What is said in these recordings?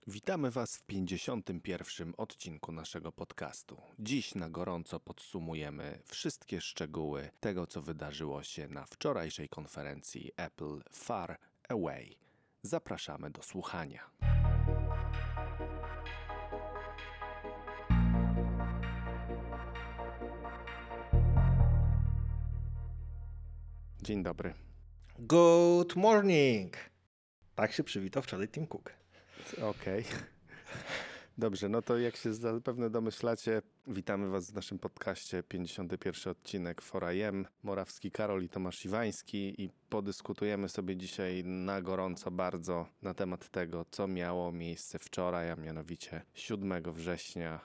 Witamy Was w 51. odcinku naszego podcastu. Dziś na gorąco podsumujemy wszystkie szczegóły tego, co wydarzyło się na wczorajszej konferencji Apple Far Away. Zapraszamy do słuchania. Dzień dobry. Good morning! Tak się przywitał wczoraj Tim Cook. Okej. Dobrze, no to jak się zapewne domyślacie, witamy Was w naszym podcaście 51. odcinek 4am. Morawski Karol i Tomasz Iwański i podyskutujemy sobie dzisiaj na gorąco bardzo na temat tego, co miało miejsce wczoraj, a mianowicie 7 września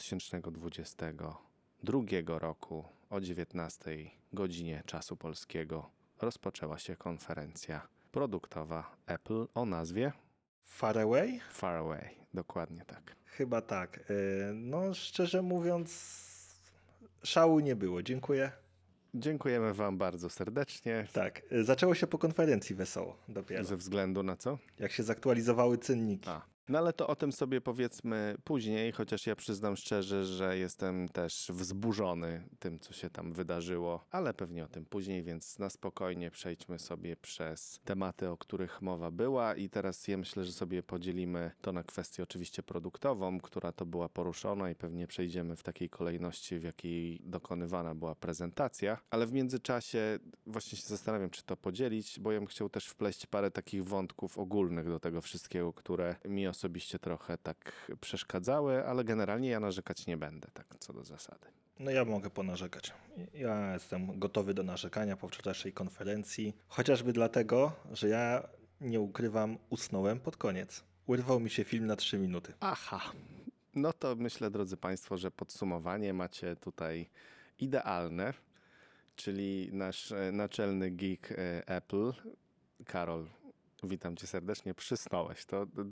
2022 roku o 19 godzinie czasu polskiego rozpoczęła się konferencja produktowa Apple o nazwie Far Away? Far Away, dokładnie tak. Chyba tak. No szczerze mówiąc, szału nie było. Dziękuję. Dziękujemy Wam bardzo serdecznie. Tak, zaczęło się po konferencji wesoło dopiero. Ze względu na co? Jak się zaktualizowały cenniki. No ale to o tym sobie powiedzmy później, chociaż ja przyznam szczerze, że jestem też wzburzony tym, co się tam wydarzyło, ale pewnie o tym później, więc na spokojnie przejdźmy sobie przez tematy, o których mowa była i teraz ja myślę, że sobie podzielimy to na kwestię oczywiście produktową, która to była poruszona i pewnie przejdziemy w takiej kolejności, w jakiej dokonywana była prezentacja, ale w międzyczasie właśnie się zastanawiam, czy to podzielić, bo ja bym chciał też wpleść parę takich wątków ogólnych do tego wszystkiego, które mi osobiście trochę tak przeszkadzały, ale generalnie ja narzekać nie będę, tak co do zasady. No ja mogę ponarzekać. Ja jestem gotowy do narzekania po wczorajszej konferencji, chociażby dlatego, że ja nie ukrywam, usnąłem pod koniec. Urwał mi się film na 3 minuty. Aha, no to myślę, drodzy Państwo, że podsumowanie macie tutaj idealne, czyli nasz naczelny geek Apple, Karol, witam Cię serdecznie, przysnąłeś.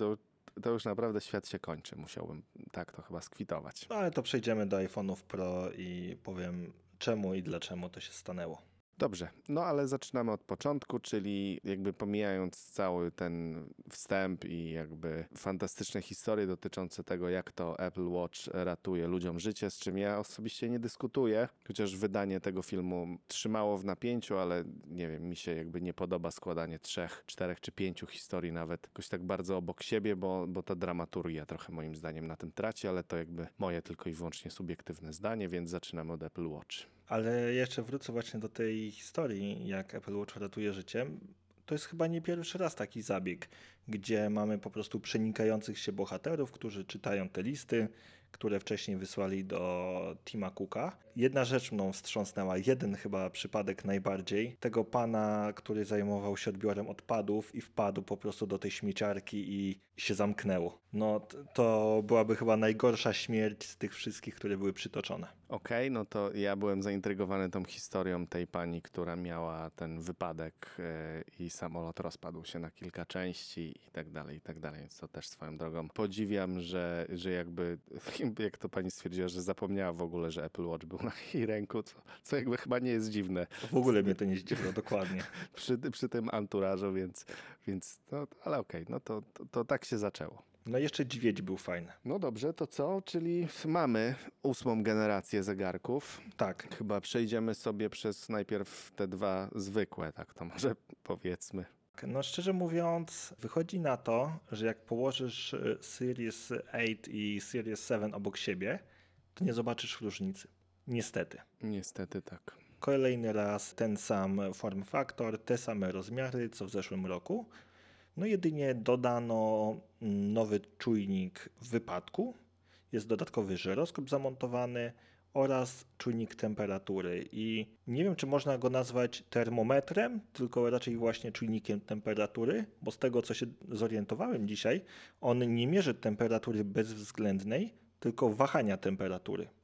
To już naprawdę świat się kończy, musiałbym tak to chyba skwitować. No ale to przejdziemy do iPhone'ów Pro i powiem czemu i dlaczego to się stanęło. Dobrze, no ale zaczynamy od początku, czyli jakby pomijając cały ten wstęp i jakby fantastyczne historie dotyczące tego, jak to Apple Watch ratuje ludziom życie, z czym ja osobiście nie dyskutuję, chociaż wydanie tego filmu trzymało w napięciu, ale nie wiem, mi się jakby nie podoba składanie 3, 4 czy 5 historii nawet jakoś tak bardzo obok siebie, bo ta dramaturgia trochę moim zdaniem na tym traci, ale to jakby moje tylko i wyłącznie subiektywne zdanie, więc zaczynamy od Apple Watch. Ale jeszcze wrócę właśnie do tej historii, jak Apple Watch ratuje życie. To jest chyba nie pierwszy raz taki zabieg, gdzie mamy po prostu przenikających się bohaterów, którzy czytają te listy, które wcześniej wysłali do Tima Cooka. Jedna rzecz mną wstrząsnęła, jeden chyba przypadek najbardziej, tego pana, który zajmował się odbiorem odpadów i wpadł po prostu do tej śmieciarki i się zamknęło. No to byłaby chyba najgorsza śmierć z tych wszystkich, które były przytoczone. Okej, no to ja byłem zaintrygowany tą historią tej pani, która miała ten wypadek i samolot rozpadł się na kilka części i tak dalej, więc to też swoją drogą podziwiam, że jakby, jak to pani stwierdziła, że zapomniała w ogóle, że Apple Watch był na jej ręku, co jakby chyba nie jest dziwne. W ogóle mnie to nie zdziwiło, dokładnie. przy tym anturażu, więc no, ale okej, no to tak się zaczęło. No jeszcze dźwiedź był fajny. No dobrze, to co? Czyli mamy 8. generację zegarków. Tak. Chyba przejdziemy sobie przez najpierw te dwa zwykłe, tak to może powiedzmy. No szczerze mówiąc, wychodzi na to, że jak położysz Series 8 i Series 7 obok siebie, to nie zobaczysz różnicy. Niestety. Niestety tak. Kolejny raz ten sam form factor, te same rozmiary co w zeszłym roku. No jedynie dodano nowy czujnik wypadku. Jest dodatkowy żyroskop zamontowany oraz czujnik temperatury. I nie wiem, czy można go nazwać termometrem, tylko raczej właśnie czujnikiem temperatury, bo z tego, co się zorientowałem dzisiaj, on nie mierzy temperatury bezwzględnej, tylko wahania temperatury.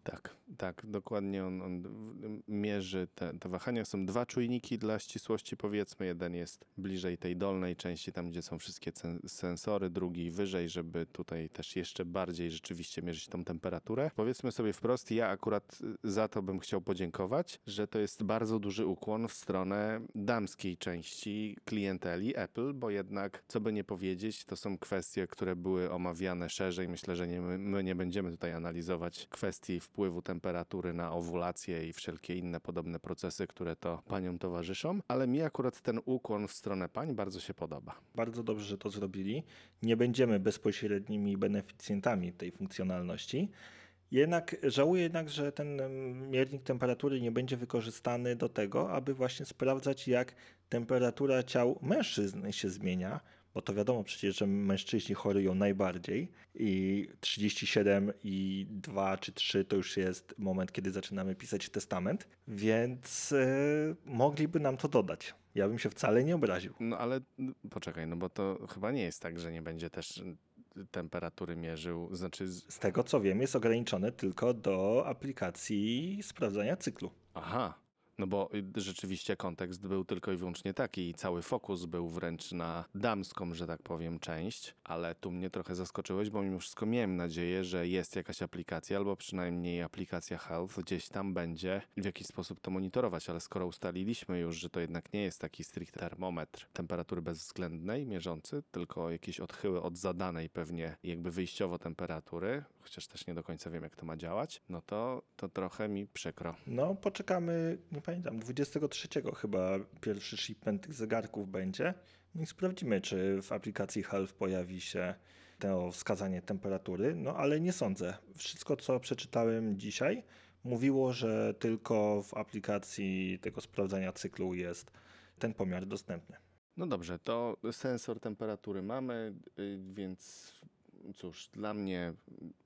Tak, dokładnie on mierzy te wahania. Są dwa czujniki dla ścisłości, powiedzmy. Jeden jest bliżej tej dolnej części, tam gdzie są wszystkie sensory, drugi wyżej, żeby tutaj też jeszcze bardziej rzeczywiście mierzyć tą temperaturę. Powiedzmy sobie wprost, ja akurat za to bym chciał podziękować, że to jest bardzo duży ukłon w stronę damskiej części klienteli Apple, bo jednak, co by nie powiedzieć, to są kwestie, które były omawiane szerzej. Myślę, że my nie będziemy tutaj analizować kwestii wpływu temperatury na owulację i wszelkie inne podobne procesy, które to paniom towarzyszą, ale mi akurat ten ukłon w stronę pań bardzo się podoba. Bardzo dobrze, że to zrobili. Nie będziemy bezpośrednimi beneficjentami tej funkcjonalności. Żałuję jednak, że ten miernik temperatury nie będzie wykorzystany do tego, aby właśnie sprawdzać, jak temperatura ciał mężczyzn się zmienia, bo to wiadomo przecież, że mężczyźni chorują najbardziej i 37,2 czy 3 to już jest moment, kiedy zaczynamy pisać testament, więc mogliby nam to dodać. Ja bym się wcale nie obraził. No ale poczekaj, no bo to chyba nie jest tak, że nie będzie też temperatury mierzył, znaczy... Z tego co wiem, jest ograniczone tylko do aplikacji sprawdzania cyklu. Aha, no bo rzeczywiście kontekst był tylko i wyłącznie taki i cały fokus był wręcz na damską, że tak powiem, część, ale tu mnie trochę zaskoczyłeś, bo mimo wszystko miałem nadzieję, że jest jakaś aplikacja, albo przynajmniej aplikacja Health gdzieś tam będzie w jakiś sposób to monitorować, ale skoro ustaliliśmy już, że to jednak nie jest taki stricte termometr temperatury bezwzględnej mierzący, tylko jakieś odchyły od zadanej pewnie jakby wyjściowo temperatury, chociaż też nie do końca wiem, jak to ma działać, no to trochę mi przykro. No, poczekamy, nie pamiętam, 23 chyba pierwszy shipment tych zegarków będzie. No i sprawdzimy, czy w aplikacji Health pojawi się to wskazanie temperatury, no ale nie sądzę. Wszystko, co przeczytałem dzisiaj, mówiło, że tylko w aplikacji tego sprawdzania cyklu jest ten pomiar dostępny. No dobrze, to sensor temperatury mamy, więc cóż, dla mnie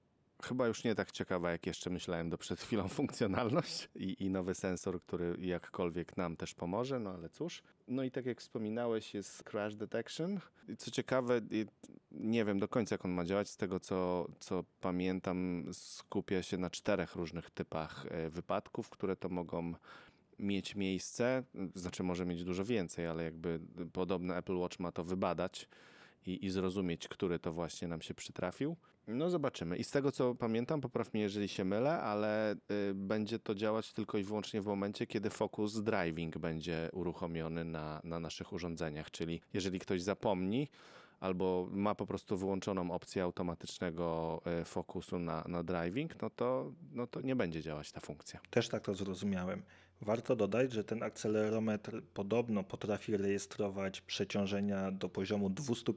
chyba już nie tak ciekawa, jak jeszcze myślałem do przed chwilą funkcjonalność i nowy sensor, który jakkolwiek nam też pomoże, no ale cóż. No i tak jak wspominałeś, jest crash detection. I co ciekawe, nie wiem do końca, jak on ma działać. Z tego, co pamiętam, skupia się na 4 różnych typach wypadków, które to mogą mieć miejsce, znaczy może mieć dużo więcej, ale jakby podobno Apple Watch ma to wybadać i zrozumieć, który to właśnie nam się przytrafił. No zobaczymy. I z tego co pamiętam, popraw mnie jeżeli się mylę, ale będzie to działać tylko i wyłącznie w momencie, kiedy focus driving będzie uruchomiony na naszych urządzeniach, czyli jeżeli ktoś zapomni albo ma po prostu wyłączoną opcję automatycznego fokusu na driving, no to nie będzie działać ta funkcja. Też tak to zrozumiałem. Warto dodać, że ten akcelerometr podobno potrafi rejestrować przeciążenia do poziomu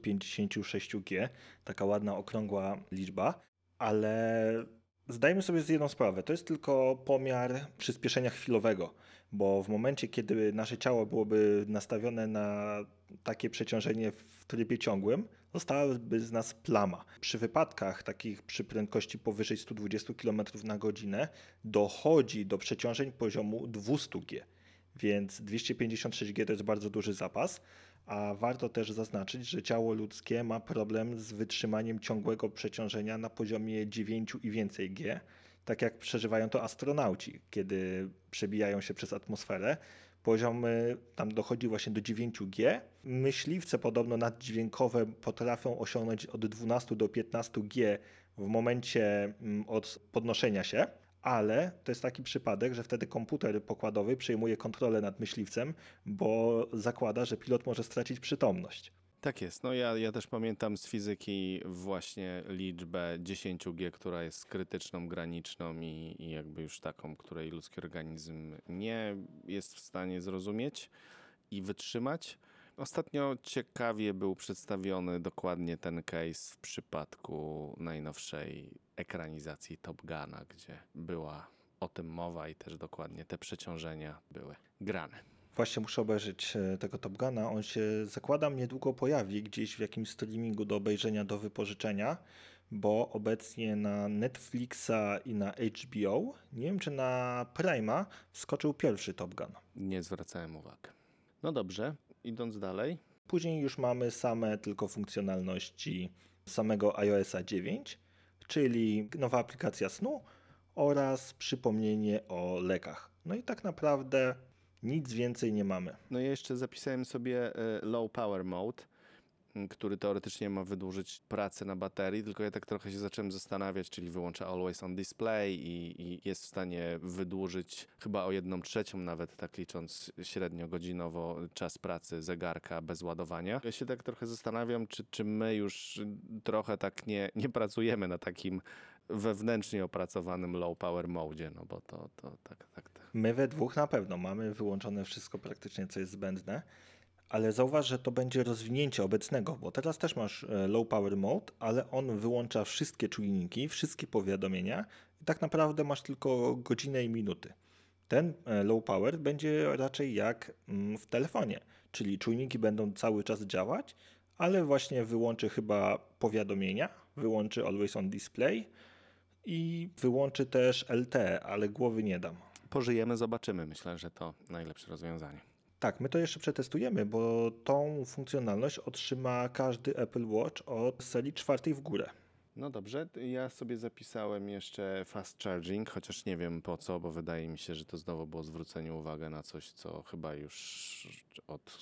256G, taka ładna okrągła liczba, ale zdajmy sobie z jedną sprawę, to jest tylko pomiar przyspieszenia chwilowego, bo w momencie, kiedy nasze ciało byłoby nastawione na takie przeciążenie w trybie ciągłym, zostałaby z nas plama. Przy wypadkach takich przy prędkości powyżej 120 km na godzinę dochodzi do przeciążeń poziomu 200G, więc 256G to jest bardzo duży zapas, a warto też zaznaczyć, że ciało ludzkie ma problem z wytrzymaniem ciągłego przeciążenia na poziomie 9 i więcej G, tak jak przeżywają to astronauci, kiedy przebijają się przez atmosferę. Poziom tam dochodzi właśnie do 9G. Myśliwce podobno naddźwiękowe potrafią osiągnąć od 12 do 15G w momencie od podnoszenia się, ale to jest taki przypadek, że wtedy komputer pokładowy przejmuje kontrolę nad myśliwcem, bo zakłada, że pilot może stracić przytomność. Tak jest. No ja też pamiętam z fizyki właśnie liczbę 10G, która jest krytyczną, graniczną i jakby już taką, której ludzki organizm nie jest w stanie zrozumieć i wytrzymać. Ostatnio ciekawie był przedstawiony dokładnie ten case w przypadku najnowszej ekranizacji Top Guna, gdzie była o tym mowa i też dokładnie te przeciążenia były grane. Właśnie muszę obejrzeć tego Top Guna. On się, zakładam, niedługo pojawi gdzieś w jakimś streamingu do obejrzenia, do wypożyczenia, bo obecnie na Netflixa i na HBO, nie wiem czy na Prime'a, wskoczył pierwszy Top Gun. Nie zwracałem uwagi. No dobrze, idąc dalej. Później już mamy same tylko funkcjonalności samego iOSa 9, czyli nowa aplikacja snu oraz przypomnienie o lekach. No i tak naprawdę nic więcej nie mamy. No i jeszcze zapisałem sobie low power mode, który teoretycznie ma wydłużyć pracę na baterii, tylko ja tak trochę się zacząłem zastanawiać, czyli wyłącza Always on Display i jest w stanie wydłużyć chyba o 1/3 nawet, tak licząc średnio godzinowo czas pracy zegarka bez ładowania. Ja się tak trochę zastanawiam, czy my już trochę tak nie pracujemy na takim wewnętrznie opracowanym low power mode, no bo to tak. My we dwóch na pewno mamy wyłączone wszystko praktycznie, co jest zbędne, ale zauważ, że to będzie rozwinięcie obecnego, bo teraz też masz low power mode, ale on wyłącza wszystkie czujniki, wszystkie powiadomienia i tak naprawdę masz tylko godzinę i minuty. Ten low power będzie raczej jak w telefonie, czyli czujniki będą cały czas działać, ale właśnie wyłączy chyba powiadomienia, wyłączy Always on Display i wyłączy też LTE, ale głowy nie dam. Pożyjemy, zobaczymy. Myślę, że to najlepsze rozwiązanie. Tak, my to jeszcze przetestujemy, bo tą funkcjonalność otrzyma każdy Apple Watch od serii 4 w górę. No dobrze, ja sobie zapisałem jeszcze fast charging, chociaż nie wiem po co, bo wydaje mi się, że to znowu było zwrócenie uwagi na coś, co chyba już od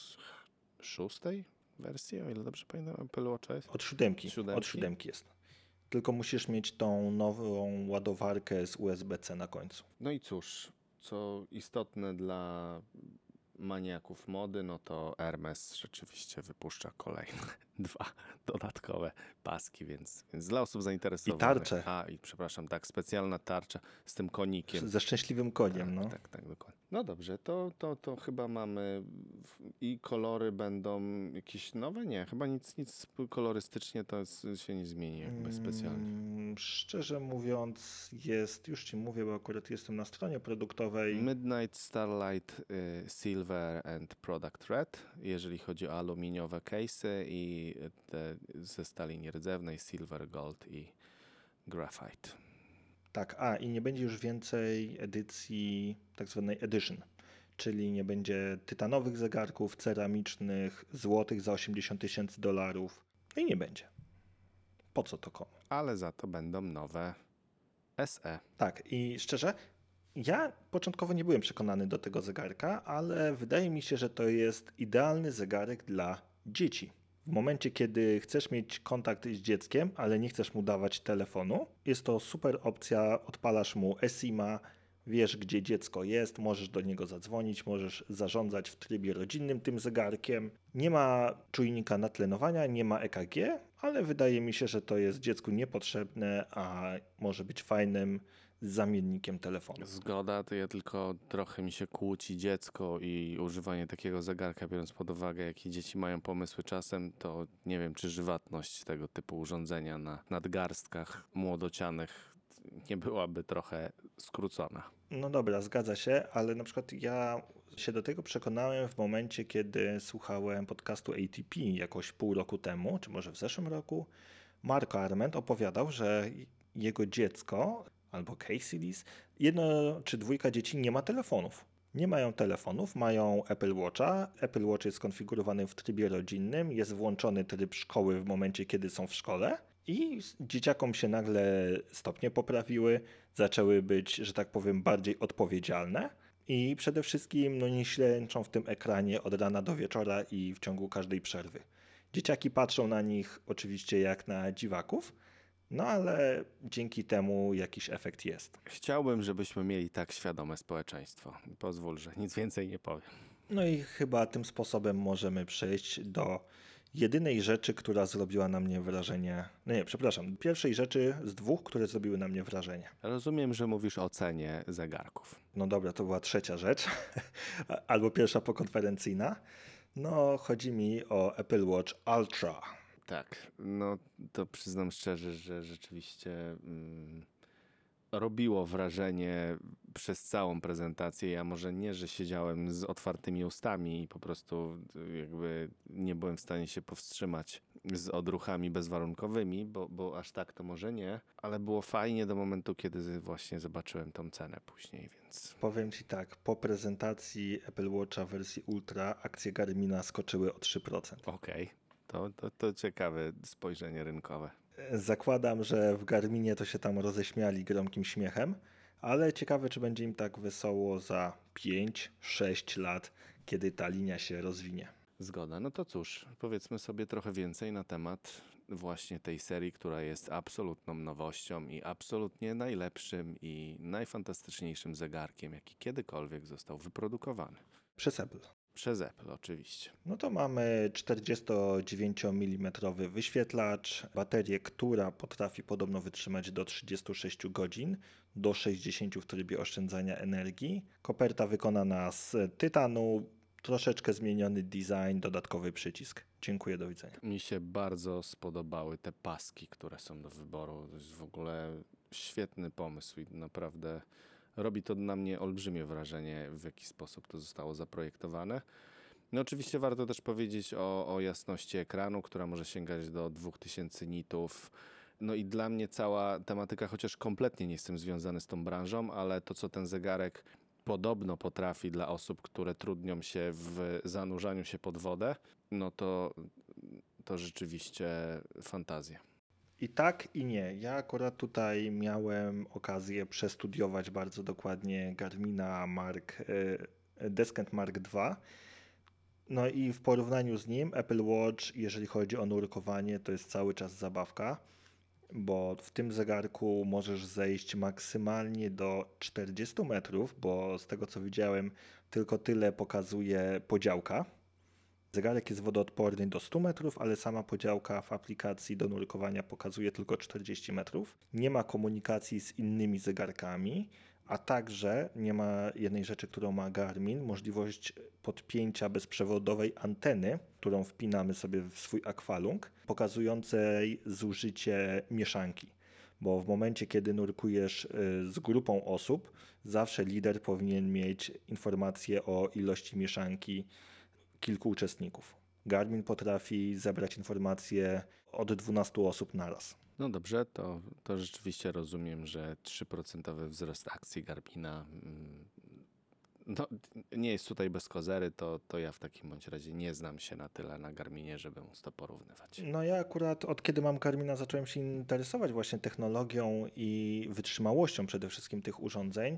6. wersji, o ile dobrze pamiętam, Apple Watcha jest. Od siódemki. Siódemki? Od siódemki jest. Tylko musisz mieć tą nową ładowarkę z USB-C na końcu. No i cóż, co istotne dla maniaków mody, no to Hermes rzeczywiście wypuszcza kolejne 2 dodatkowe paski, więc dla osób zainteresowanych. I tarczę. Przepraszam, tak, specjalna tarcza z tym konikiem. Ze szczęśliwym koniem, no. Tak, dokładnie. No dobrze, to chyba mamy i kolory będą jakieś nowe? Nie, chyba nic kolorystycznie to się nie zmieni jakby specjalnie. Szczerze mówiąc już Ci mówię, bo akurat jestem na stronie produktowej. Midnight Starlight Silver and Product Red, jeżeli chodzi o aluminiowe case'y i te ze stali nierdzewnej Silver, Gold i Graphite. Tak, i nie będzie już więcej edycji tak zwanej Edition, czyli nie będzie tytanowych zegarków, ceramicznych, złotych za $80,000. No i nie będzie. Po co to komu? Ale za to będą nowe SE. Tak, i szczerze, ja początkowo nie byłem przekonany do tego zegarka, ale wydaje mi się, że to jest idealny zegarek dla dzieci. W momencie, kiedy chcesz mieć kontakt z dzieckiem, ale nie chcesz mu dawać telefonu, jest to super opcja, odpalasz mu eSIM-a, wiesz gdzie dziecko jest, możesz do niego zadzwonić, możesz zarządzać w trybie rodzinnym tym zegarkiem. Nie ma czujnika natlenowania, nie ma EKG, ale wydaje mi się, że to jest dziecku niepotrzebne, a może być fajnym zamiennikiem telefonu. Zgoda, to ja tylko trochę mi się kłóci dziecko i używanie takiego zegarka, biorąc pod uwagę, jakie dzieci mają pomysły czasem, to nie wiem, czy żywotność tego typu urządzenia na nadgarstkach młodocianych nie byłaby trochę skrócona. No dobra, zgadza się, ale na przykład ja się do tego przekonałem w momencie, kiedy słuchałem podcastu ATP jakoś pół roku temu, czy może w zeszłym roku. Marco Arment opowiadał, że jego dziecko, albo Casey Lis, 1 czy 2 dzieci nie ma telefonów. Nie mają telefonów, mają Apple Watcha. Apple Watch jest skonfigurowany w trybie rodzinnym, jest włączony tryb szkoły w momencie, kiedy są w szkole. I dzieciakom się nagle stopnie poprawiły, zaczęły być, że tak powiem, bardziej odpowiedzialne i przede wszystkim nie ślęczą w tym ekranie od rana do wieczora i w ciągu każdej przerwy. Dzieciaki patrzą na nich oczywiście jak na dziwaków, no ale dzięki temu jakiś efekt jest. Chciałbym, żebyśmy mieli tak świadome społeczeństwo. Pozwól, że nic więcej nie powiem. No i chyba tym sposobem możemy przejść do jedynej rzeczy, która zrobiła na mnie wrażenie. Pierwszej rzeczy z 2, które zrobiły na mnie wrażenie. Rozumiem, że mówisz o cenie zegarków. No dobra, to była trzecia rzecz, albo pierwsza pokonferencyjna. No, chodzi mi o Apple Watch Ultra. Tak, no to przyznam szczerze, że rzeczywiście robiło wrażenie przez całą prezentację. Ja może nie, że siedziałem z otwartymi ustami i po prostu jakby nie byłem w stanie się powstrzymać z odruchami bezwarunkowymi, bo aż tak to może nie, ale było fajnie do momentu, kiedy właśnie zobaczyłem tą cenę później, więc... Powiem Ci tak, po prezentacji Apple Watcha wersji Ultra akcje Garmina skoczyły o 3%. Okej, to ciekawe spojrzenie rynkowe. Zakładam, że w Garminie to się tam roześmiali gromkim śmiechem, ale ciekawe, czy będzie im tak wesoło za 5-6 lat, kiedy ta linia się rozwinie. Zgoda. No to cóż, powiedzmy sobie trochę więcej na temat właśnie tej serii, która jest absolutną nowością i absolutnie najlepszym i najfantastyczniejszym zegarkiem, jaki kiedykolwiek został wyprodukowany. Przez Apple. Przez Apple oczywiście. No to mamy 49 mm wyświetlacz, baterię, która potrafi podobno wytrzymać do 36 godzin, do 60 w trybie oszczędzania energii. Koperta wykonana z tytanu, troszeczkę zmieniony design, dodatkowy przycisk. Dziękuję, do widzenia. Mi się bardzo spodobały te paski, które są do wyboru. To jest w ogóle świetny pomysł i naprawdę robi to na mnie olbrzymie wrażenie, w jaki sposób to zostało zaprojektowane. No oczywiście warto też powiedzieć o jasności ekranu, która może sięgać do 2000 nitów. No i dla mnie cała tematyka, chociaż kompletnie nie jestem związany z tą branżą, ale to, co ten zegarek podobno potrafi dla osób, które trudnią się w zanurzaniu się pod wodę, no to rzeczywiście fantazja. I tak, i nie. Ja akurat tutaj miałem okazję przestudiować bardzo dokładnie Garmina Descent Mark II. No i w porównaniu z nim Apple Watch, jeżeli chodzi o nurkowanie, to jest cały czas zabawka, bo w tym zegarku możesz zejść maksymalnie do 40 metrów, bo z tego co widziałem, tylko tyle pokazuje podziałka. Zegarek jest wodoodporny do 100 metrów, ale sama podziałka w aplikacji do nurkowania pokazuje tylko 40 metrów. Nie ma komunikacji z innymi zegarkami, a także nie ma jednej rzeczy, którą ma Garmin, możliwość podpięcia bezprzewodowej anteny, którą wpinamy sobie w swój akwalung, pokazującej zużycie mieszanki. Bo w momencie, kiedy nurkujesz z grupą osób, zawsze lider powinien mieć informację o ilości mieszanki kilku uczestników. Garmin potrafi zebrać informacje od 12 osób naraz. No dobrze, to rzeczywiście rozumiem, że 3% wzrost akcji Garmina no, nie jest tutaj bez kozery, to ja w takim bądź razie nie znam się na tyle na Garminie, żeby móc to porównywać. No ja akurat od kiedy mam Garmina zacząłem się interesować właśnie technologią i wytrzymałością przede wszystkim tych urządzeń.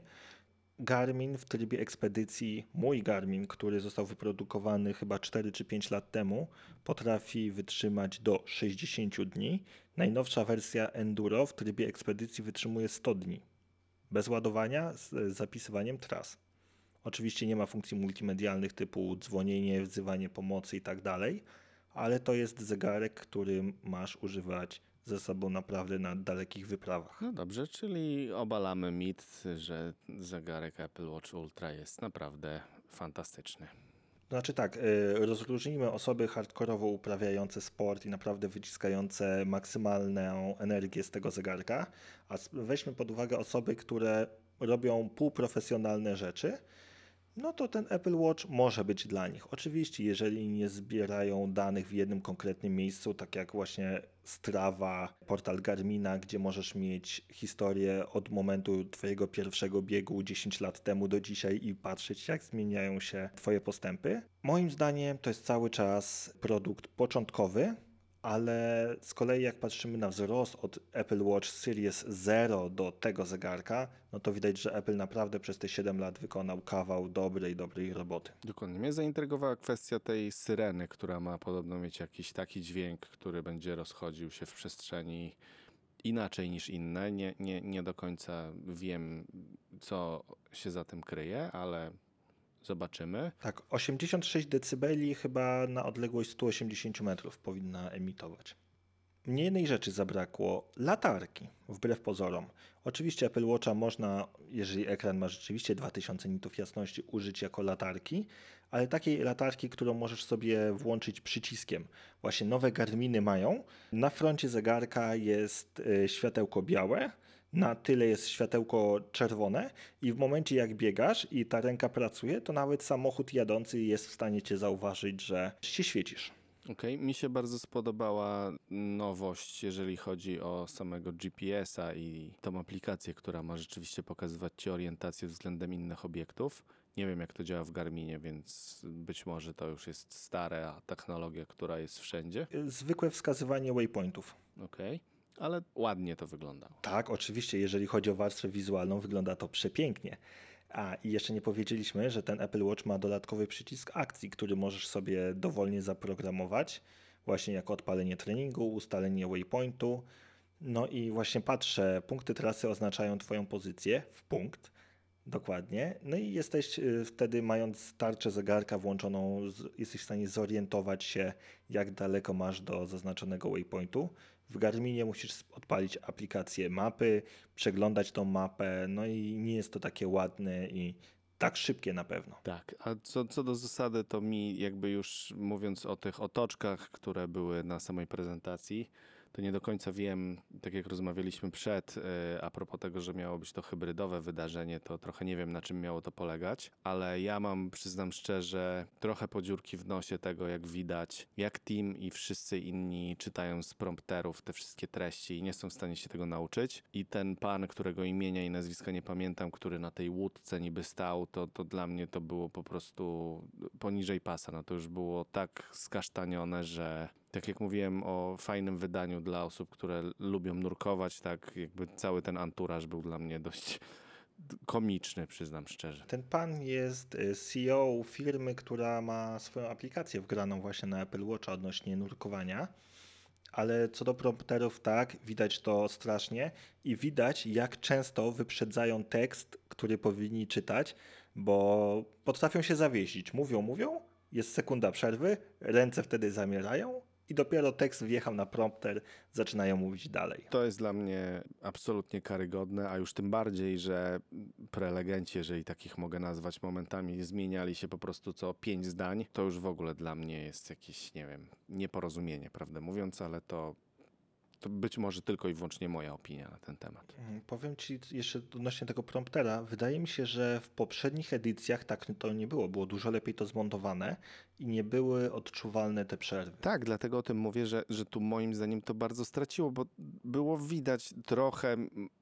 Garmin w trybie ekspedycji, mój Garmin, który został wyprodukowany chyba 4 czy 5 lat temu, potrafi wytrzymać do 60 dni. Najnowsza wersja Enduro w trybie ekspedycji wytrzymuje 100 dni. Bez ładowania, z zapisywaniem tras. Oczywiście nie ma funkcji multimedialnych typu dzwonienie, wzywanie pomocy i tak dalej, ale to jest zegarek, który masz używać ze sobą naprawdę na dalekich wyprawach. No dobrze, czyli obalamy mit, że zegarek Apple Watch Ultra jest naprawdę fantastyczny. Znaczy tak, rozróżnijmy osoby hardkorowo uprawiające sport i naprawdę wyciskające maksymalną energię z tego zegarka, a weźmy pod uwagę osoby, które robią półprofesjonalne rzeczy, no to ten Apple Watch może być dla nich. Oczywiście, jeżeli nie zbierają danych w jednym konkretnym miejscu, tak jak właśnie Strava, portal Garmina, gdzie możesz mieć historię od momentu Twojego pierwszego biegu 10 lat temu do dzisiaj i patrzeć, jak zmieniają się Twoje postępy. Moim zdaniem to jest cały czas produkt początkowy, ale z kolei jak patrzymy na wzrost od Apple Watch Series 0 do tego zegarka, no to widać, że Apple naprawdę przez te 7 lat wykonał kawał dobrej roboty. Dokładnie. Mnie zaintrygowała kwestia tej syreny, która ma podobno mieć jakiś taki dźwięk, który będzie rozchodził się w przestrzeni inaczej niż inne. Nie do końca wiem, co się za tym kryje, ale zobaczymy. Tak, 86 dB chyba na odległość 180 metrów powinna emitować. Mnie jednej rzeczy zabrakło, latarki, wbrew pozorom. Oczywiście Apple Watcha można, jeżeli ekran ma rzeczywiście 2000 nitów jasności, użyć jako latarki, ale takiej latarki, którą możesz sobie włączyć przyciskiem. Właśnie nowe Garminy mają. Na froncie zegarka jest światełko białe, na tyle jest światełko czerwone i w momencie jak biegasz i ta ręka pracuje, to nawet samochód jadący jest w stanie cię zauważyć, że się świecisz. Okej, mi się bardzo spodobała nowość, jeżeli chodzi o samego GPS-a i tą aplikację, która ma rzeczywiście pokazywać ci orientację względem innych obiektów. Nie wiem, jak to działa w Garminie, więc być może to już jest stara technologia, która jest wszędzie. Zwykłe wskazywanie waypointów. Okej. ale ładnie to wyglądało. Tak, oczywiście, jeżeli chodzi o warstwę wizualną, wygląda to przepięknie. A i jeszcze nie powiedzieliśmy, że ten Apple Watch ma dodatkowy przycisk akcji, który możesz sobie dowolnie zaprogramować, właśnie jako odpalenie treningu, ustalenie waypointu. No i właśnie patrzę, punkty trasy oznaczają Twoją pozycję w punkt, dokładnie. No i jesteś wtedy, mając tarczę zegarka włączoną, jesteś w stanie zorientować się, jak daleko masz do zaznaczonego waypointu. W Garminie musisz odpalić aplikację mapy, przeglądać tą mapę, no i nie jest to takie ładne i tak szybkie na pewno. Tak, a co do zasady, to mi jakby już mówiąc o tych otoczkach, które były na samej prezentacji, to nie do końca wiem, tak jak rozmawialiśmy przed, a propos tego, że miało być to hybrydowe wydarzenie, to trochę nie wiem, na czym miało to polegać, ale ja mam, przyznam szczerze, trochę podziurki w nosie tego, jak widać, jak Tim i wszyscy inni czytają z prompterów te wszystkie treści i nie są w stanie się tego nauczyć. I ten pan, którego imienia i nazwiska nie pamiętam, który na tej łódce niby stał, to dla mnie to było po prostu poniżej pasa. No to już było tak skasztanione, że tak jak mówiłem o fajnym wydaniu dla osób, które lubią nurkować, tak jakby cały ten anturaż był dla mnie dość komiczny, przyznam szczerze. Ten pan jest CEO firmy, która ma swoją aplikację wgraną właśnie na Apple Watcha odnośnie nurkowania. Ale co do prompterów, tak, widać to strasznie i widać, jak często wyprzedzają tekst, który powinni czytać, bo potrafią się zawiesić. Mówią, jest sekunda przerwy, ręce wtedy zamierają i dopiero tekst wjechał na prompter, zaczynają mówić dalej. To jest dla mnie absolutnie karygodne, a już tym bardziej, że prelegenci, jeżeli takich mogę nazwać, momentami zmieniali się po prostu co 5 zdań, to już w ogóle dla mnie jest jakieś, nie wiem, nieporozumienie, prawdę mówiąc, ale to być może tylko i wyłącznie moja opinia na ten temat. Powiem Ci jeszcze odnośnie tego promptera, wydaje mi się, że w poprzednich edycjach tak to nie było. Było dużo lepiej to zmontowane i nie były odczuwalne te przerwy. Tak, dlatego o tym mówię, że tu moim zdaniem to bardzo straciło, bo było widać trochę,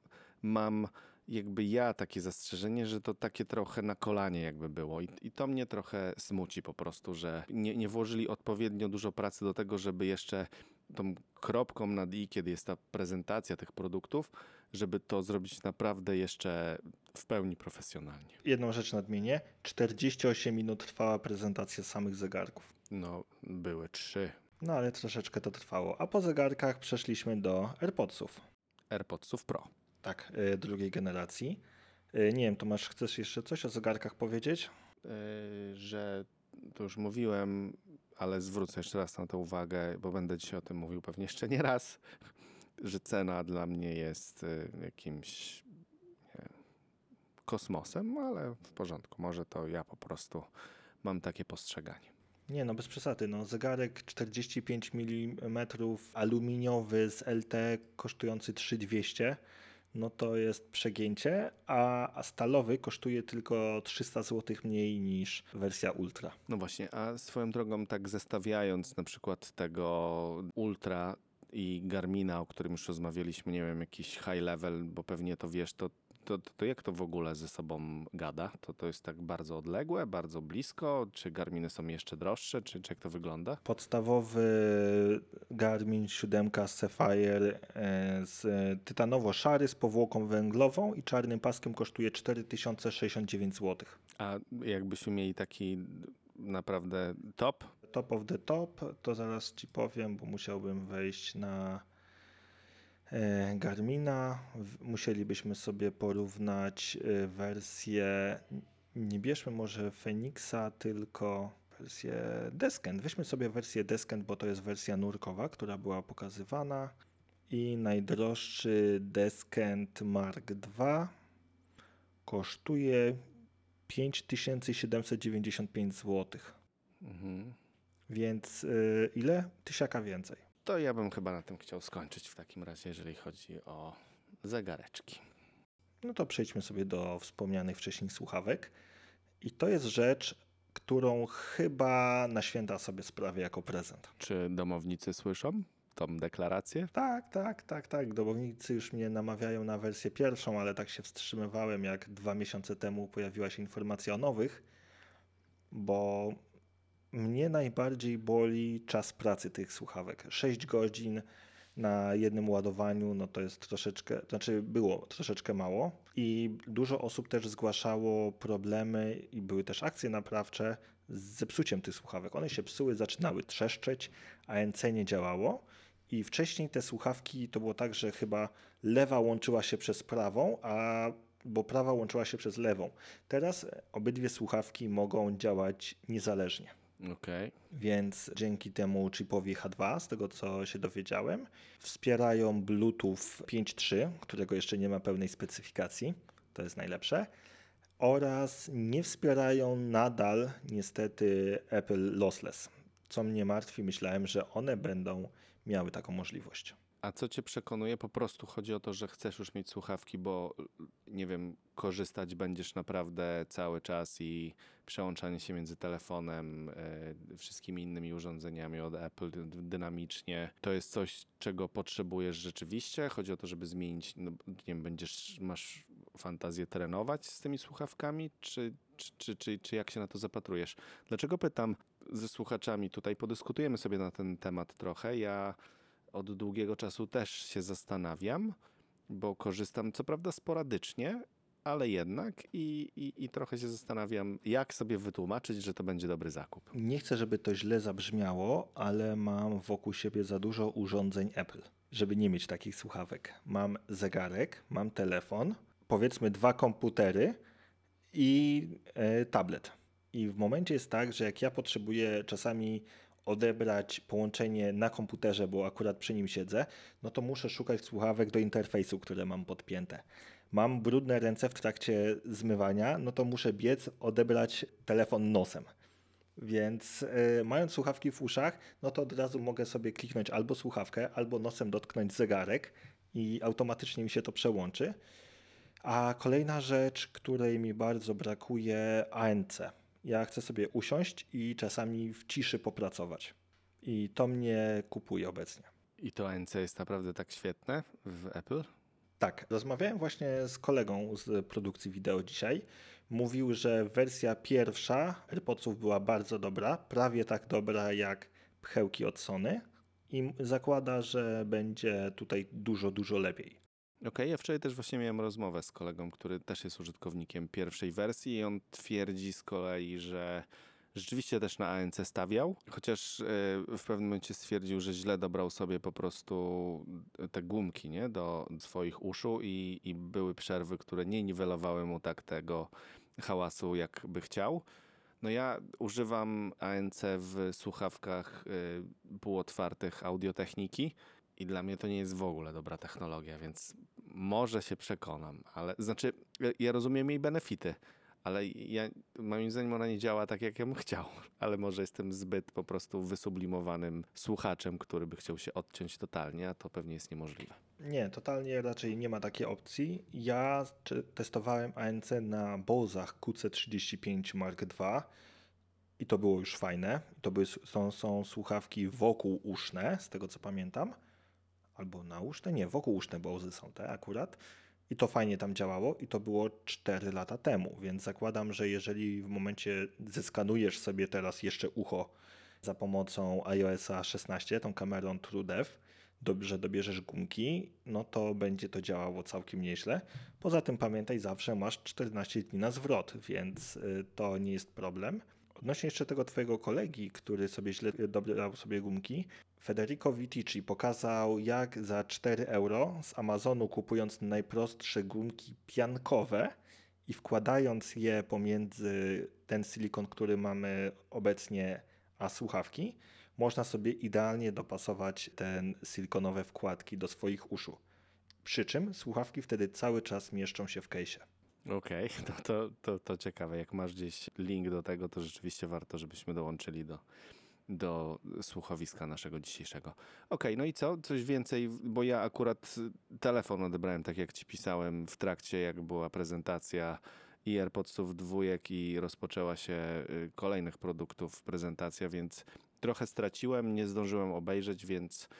mam jakby ja takie zastrzeżenie, że to takie trochę na kolanie jakby było i to mnie trochę smuci po prostu, że nie włożyli odpowiednio dużo pracy do tego, żeby jeszcze tą kropką nad i, kiedy jest ta prezentacja tych produktów, żeby to zrobić naprawdę jeszcze w pełni profesjonalnie. Jedną rzecz nadmienię, 48 minut trwała prezentacja samych zegarków. No, były 3 No ale troszeczkę to trwało. A po zegarkach przeszliśmy do AirPodsów. AirPodsów Pro. Tak, drugiej generacji. Nie wiem, Tomasz, chcesz jeszcze coś o zegarkach powiedzieć? Że to już mówiłem, ale zwrócę jeszcze raz na to uwagę, bo będę dzisiaj o tym mówił pewnie jeszcze nie raz, że cena dla mnie jest jakimś nie wiem, kosmosem, ale w porządku. Może to ja po prostu mam takie postrzeganie. Nie, no bez przesady. No, zegarek 45 mm aluminiowy z LT kosztujący 3200, no to jest przegięcie, a stalowy kosztuje tylko 300 zł mniej niż wersja Ultra. No właśnie, a swoją drogą tak zestawiając na przykład tego Ultra i Garmina, o którym już rozmawialiśmy, nie wiem, jakiś high level, bo pewnie to wiesz, to jak to w ogóle ze sobą gada? To jest tak bardzo odległe, bardzo blisko? Czy Garminy są jeszcze droższe? Czy jak to wygląda? Podstawowy Garmin 7 Sapphire z tytanowo-szary z powłoką węglową i czarnym paskiem kosztuje 4069 zł. A jakbyśmy mieli taki naprawdę top? Top of the top, to zaraz Ci powiem, bo musiałbym wejść na Garmina. Musielibyśmy sobie porównać wersję, nie bierzmy może Phoenixa, tylko wersję Descent. Weźmy sobie wersję Descent, bo to jest wersja nurkowa, która była pokazywana. I najdroższy Descent Mark II kosztuje 5795 zł. Mhm. Więc ile? Tysiaka więcej. To ja bym chyba na tym chciał skończyć w takim razie, jeżeli chodzi o zegareczki. No to przejdźmy sobie do wspomnianych wcześniej słuchawek. I to jest rzecz, którą chyba na święta sobie sprawię jako prezent. Czy domownicy słyszą tą deklarację? Tak. Domownicy już mnie namawiają na wersję pierwszą, ale tak się wstrzymywałem, jak 2 miesiące temu pojawiła się informacja o nowych, bo mnie najbardziej boli czas pracy tych słuchawek. 6 godzin na jednym ładowaniu, no to jest troszeczkę, znaczy było troszeczkę mało i dużo osób też zgłaszało problemy i były też akcje naprawcze z zepsuciem tych słuchawek. One się psuły, zaczynały trzeszczeć, ANC nie działało i wcześniej te słuchawki to było tak, że chyba lewa łączyła się przez prawą, bo prawa łączyła się przez lewą. Teraz obydwie słuchawki mogą działać niezależnie. Okej. Więc dzięki temu chipowi H2, z tego co się dowiedziałem, wspierają Bluetooth 5.3, którego jeszcze nie ma pełnej specyfikacji, to jest najlepsze, oraz nie wspierają nadal niestety Apple Lossless, co mnie martwi, myślałem, że one będą miały taką możliwość. A co cię przekonuje? Po prostu chodzi o to, że chcesz już mieć słuchawki, bo nie wiem, korzystać będziesz naprawdę cały czas i przełączanie się między telefonem, wszystkimi innymi urządzeniami od Apple dynamicznie. To jest coś, czego potrzebujesz rzeczywiście? Chodzi o to, żeby zmienić, no, nie wiem, masz fantazję trenować z tymi słuchawkami, czy jak się na to zapatrujesz? Dlaczego pytam ze słuchaczami? Tutaj podyskutujemy sobie na ten temat trochę. Ja od długiego czasu też się zastanawiam, bo korzystam co prawda sporadycznie, ale jednak i trochę się zastanawiam, jak sobie wytłumaczyć, że to będzie dobry zakup. Nie chcę, żeby to źle zabrzmiało, ale mam wokół siebie za dużo urządzeń Apple, żeby nie mieć takich słuchawek. Mam zegarek, mam telefon, powiedzmy 2 komputery i tablet. I w momencie jest tak, że jak ja potrzebuję czasami odebrać połączenie na komputerze, bo akurat przy nim siedzę, no to muszę szukać słuchawek do interfejsu, które mam podpięte. Mam brudne ręce w trakcie zmywania, no to muszę biec, odebrać telefon nosem. Więc mając słuchawki w uszach, no to od razu mogę sobie kliknąć albo słuchawkę, albo nosem dotknąć zegarek i automatycznie mi się to przełączy. A kolejna rzecz, której mi bardzo brakuje, ANC. Ja chcę sobie usiąść i czasami w ciszy popracować. I to mnie kupuje obecnie. I to ANC jest naprawdę tak świetne w Apple? Tak, rozmawiałem właśnie z kolegą z produkcji wideo dzisiaj. Mówił, że wersja pierwsza AirPodsów była bardzo dobra, prawie tak dobra jak pchełki od Sony i zakłada, że będzie tutaj dużo, dużo lepiej. Okej, ja wczoraj też właśnie miałem rozmowę z kolegą, który też jest użytkownikiem pierwszej wersji i on twierdzi z kolei, że rzeczywiście też na ANC stawiał, chociaż w pewnym momencie stwierdził, że źle dobrał sobie po prostu te gumki, nie, do swoich uszu i były przerwy, które nie niwelowały mu tak tego hałasu, jak by chciał. No ja używam ANC w słuchawkach półotwartych Audio-Techniki i dla mnie to nie jest w ogóle dobra technologia, więc może się przekonam, ale znaczy ja rozumiem jej benefity, ale moim zdaniem ona nie działa tak, jak ja bym chciał, ale może jestem zbyt po prostu wysublimowanym słuchaczem, który by chciał się odciąć totalnie, a to pewnie jest niemożliwe. Nie, totalnie raczej nie ma takiej opcji. Ja testowałem ANC na Bozach QC35 Mark II i to było już fajne. Są słuchawki wokółuszne, z tego co pamiętam. Albo nauszne? Nie, wokółuszne Bozy są te akurat. I to fajnie tam działało i to było 4 lata temu, więc zakładam, że jeżeli w momencie zeskanujesz sobie teraz jeszcze ucho za pomocą iOS-a 16, tą kamerą TrueDepth, dobrze dobierzesz gumki, no to będzie to działało całkiem nieźle. Poza tym pamiętaj, zawsze masz 14 dni na zwrot, więc to nie jest problem. Odnośnie jeszcze tego twojego kolegi, który sobie źle dobrał sobie gumki, Federico Vitici pokazał, jak za 4 euro z Amazonu, kupując najprostsze gumki piankowe i wkładając je pomiędzy ten silikon, który mamy obecnie, a słuchawki, można sobie idealnie dopasować te silikonowe wkładki do swoich uszu. Przy czym słuchawki wtedy cały czas mieszczą się w case'ie. Okej, to ciekawe. Jak masz gdzieś link do tego, to rzeczywiście warto, żebyśmy dołączyli do słuchowiska naszego dzisiejszego. Okej, no i co? Coś więcej, bo ja akurat telefon odebrałem, tak jak ci pisałem, w trakcie jak była prezentacja i AirPodsów dwójek i rozpoczęła się kolejnych produktów prezentacja, więc trochę straciłem, nie zdążyłem obejrzeć, więc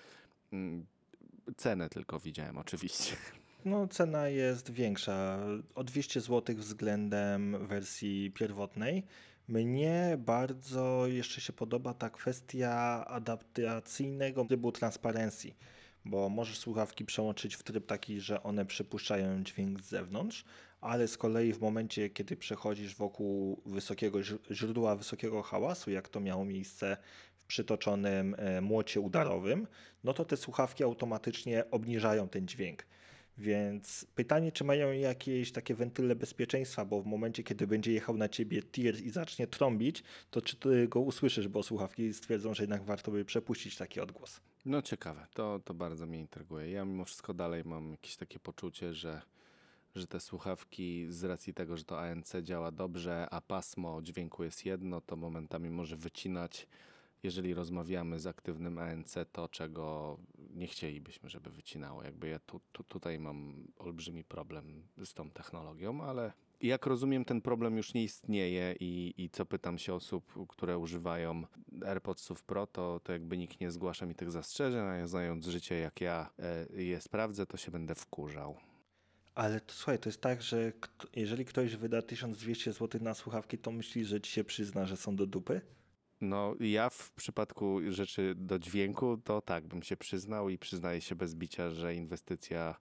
cenę tylko widziałem oczywiście. No, cena jest większa, o 200 zł względem wersji pierwotnej. Mnie bardzo jeszcze się podoba ta kwestia adaptacyjnego trybu transparencji, bo możesz słuchawki przełączyć w tryb taki, że one przepuszczają dźwięk z zewnątrz, ale z kolei w momencie, kiedy przechodzisz wokół wysokiego źródła wysokiego hałasu, jak to miało miejsce w przytoczonym młocie udarowym, no to te słuchawki automatycznie obniżają ten dźwięk. Więc pytanie, czy mają jakieś takie wentyle bezpieczeństwa, bo w momencie, kiedy będzie jechał na ciebie tir i zacznie trąbić, to czy ty go usłyszysz, bo słuchawki stwierdzą, że jednak warto by przepuścić taki odgłos. No ciekawe, to bardzo mnie intryguje. Ja mimo wszystko dalej mam jakieś takie poczucie, że te słuchawki z racji tego, że to ANC działa dobrze, a pasmo dźwięku jest jedno, to momentami może wycinać, jeżeli rozmawiamy z aktywnym ANC, to czego nie chcielibyśmy, żeby wycinało. Jakby ja tutaj mam olbrzymi problem z tą technologią, ale jak rozumiem, ten problem już nie istnieje i co pytam się osób, które używają AirPodsów Pro, to jakby nikt nie zgłasza mi tych zastrzeżeń, a ja znając życie jak ja je sprawdzę, to się będę wkurzał. Ale to, słuchaj, to jest tak, że jeżeli ktoś wyda 1200 zł na słuchawki, to myśli, że ci się przyzna, że są do dupy? No, ja w przypadku rzeczy do dźwięku, to tak bym się przyznał i przyznaję się bez bicia, że inwestycja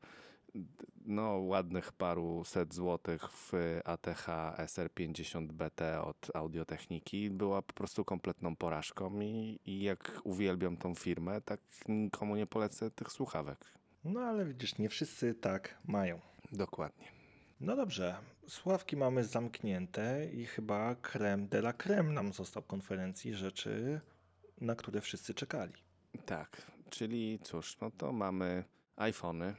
no ładnych paru set złotych w ATH SR50BT od Audiotechniki była po prostu kompletną porażką i jak uwielbiam tą firmę, tak nikomu nie polecę tych słuchawek. No ale widzisz, nie wszyscy tak mają. Dokładnie. No dobrze, słuchawki mamy zamknięte i chyba creme de la creme nam został konferencji rzeczy, na które wszyscy czekali. Tak, czyli cóż, no to mamy iPhony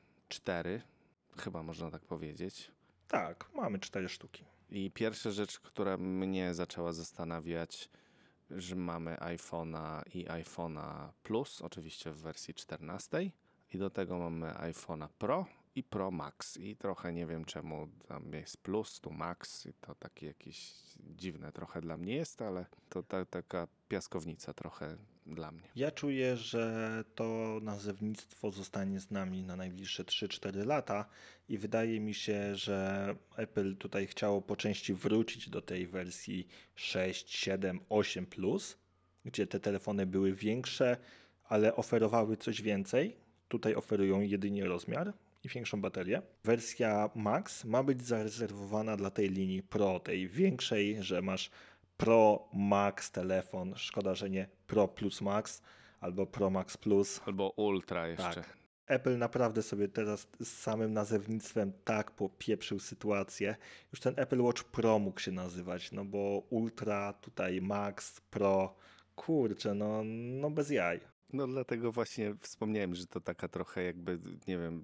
4, chyba można tak powiedzieć. Tak, mamy 4 sztuki. I pierwsza rzecz, która mnie zaczęła zastanawiać, że mamy iPhone'a i iPhone'a Plus, oczywiście w wersji 14 i do tego mamy iPhone'a Pro i Pro Max i trochę nie wiem czemu tam jest Plus, tu Max i to takie jakieś dziwne trochę dla mnie jest, ale to taka piaskownica trochę dla mnie. Ja czuję, że to nazewnictwo zostanie z nami na najbliższe 3-4 lata i wydaje mi się, że Apple tutaj chciało po części wrócić do tej wersji 6, 7, 8 plus, gdzie te telefony były większe, ale oferowały coś więcej. Tutaj oferują jedynie rozmiar i większą baterię. Wersja Max ma być zarezerwowana dla tej linii Pro, tej większej, że masz Pro Max telefon. Szkoda, że nie Pro Plus Max albo Pro Max Plus. Albo Ultra jeszcze. Tak. Apple naprawdę sobie teraz z samym nazewnictwem tak popieprzył sytuację. Już ten Apple Watch Pro mógł się nazywać, no bo Ultra, tutaj Max, Pro, kurczę, no bez jaj. No dlatego właśnie wspomniałem, że to taka trochę jakby, nie wiem,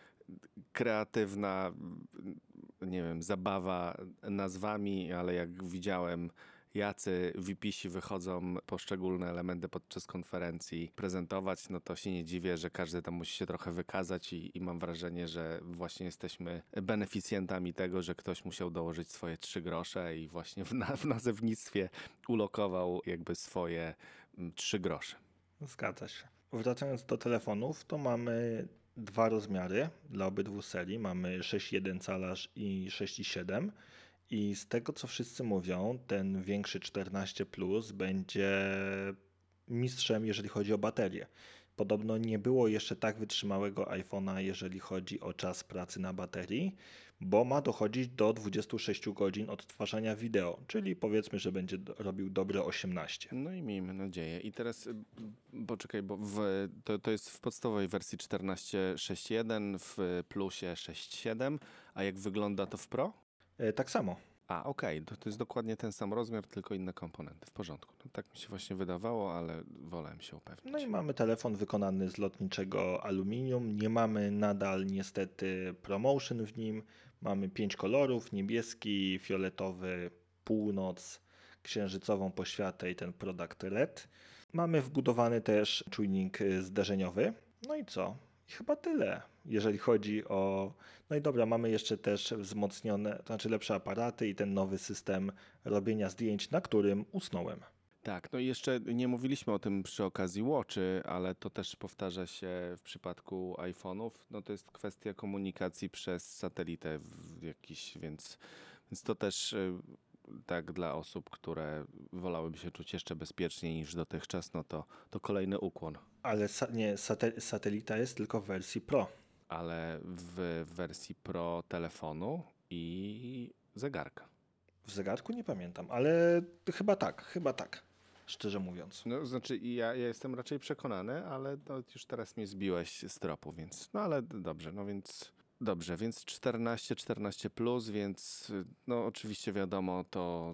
kreatywna, nie wiem, zabawa nazwami, ale jak widziałem, jacy VP-si wychodzą poszczególne elementy podczas konferencji prezentować, no to się nie dziwię, że każdy tam musi się trochę wykazać i mam wrażenie, że właśnie jesteśmy beneficjentami tego, że ktoś musiał dołożyć swoje 3 grosze i właśnie w nazewnictwie ulokował jakby swoje 3 grosze. Zgadza się. Wracając do telefonów, to mamy dwa rozmiary dla obydwu serii. Mamy 6,1 cala i 6,7. I z tego, co wszyscy mówią, ten większy 14 Plus będzie mistrzem, jeżeli chodzi o baterię. Podobno nie było jeszcze tak wytrzymałego iPhone'a, jeżeli chodzi o czas pracy na baterii, bo ma dochodzić do 26 godzin odtwarzania wideo, czyli powiedzmy, że będzie robił dobre 18. No i miejmy nadzieję. I teraz poczekaj, bo to jest w podstawowej wersji 14.6.1, w plusie 6.7, a jak wygląda to w Pro? Tak samo. A, okej, to jest dokładnie ten sam rozmiar, tylko inne komponenty. W porządku. No, tak mi się właśnie wydawało, ale wolałem się upewnić. No i mamy telefon wykonany z lotniczego aluminium. Nie mamy nadal niestety promotion w nim. Mamy 5 kolorów: niebieski, fioletowy, północ, księżycową poświatę i ten product red. Mamy wbudowany też czujnik zderzeniowy. No i co? I chyba tyle, jeżeli chodzi o... No i dobra, mamy jeszcze też wzmocnione, to znaczy lepsze aparaty i ten nowy system robienia zdjęć, na którym usnąłem. Tak, no i jeszcze nie mówiliśmy o tym przy okazji Watchy, ale to też powtarza się w przypadku iPhone'ów. No to jest kwestia komunikacji przez satelitę jakiś, więc to też tak dla osób, które wolałyby się czuć jeszcze bezpieczniej niż dotychczas, no to kolejny ukłon. Ale satelita jest tylko w wersji Pro. Ale w wersji Pro telefonu i zegarka. W zegarku nie pamiętam, ale chyba tak, szczerze mówiąc. No, znaczy ja jestem raczej przekonany, ale no, już teraz mnie zbiłeś z tropu, więc no ale dobrze, no więc dobrze, więc 14 plus, więc no oczywiście wiadomo to,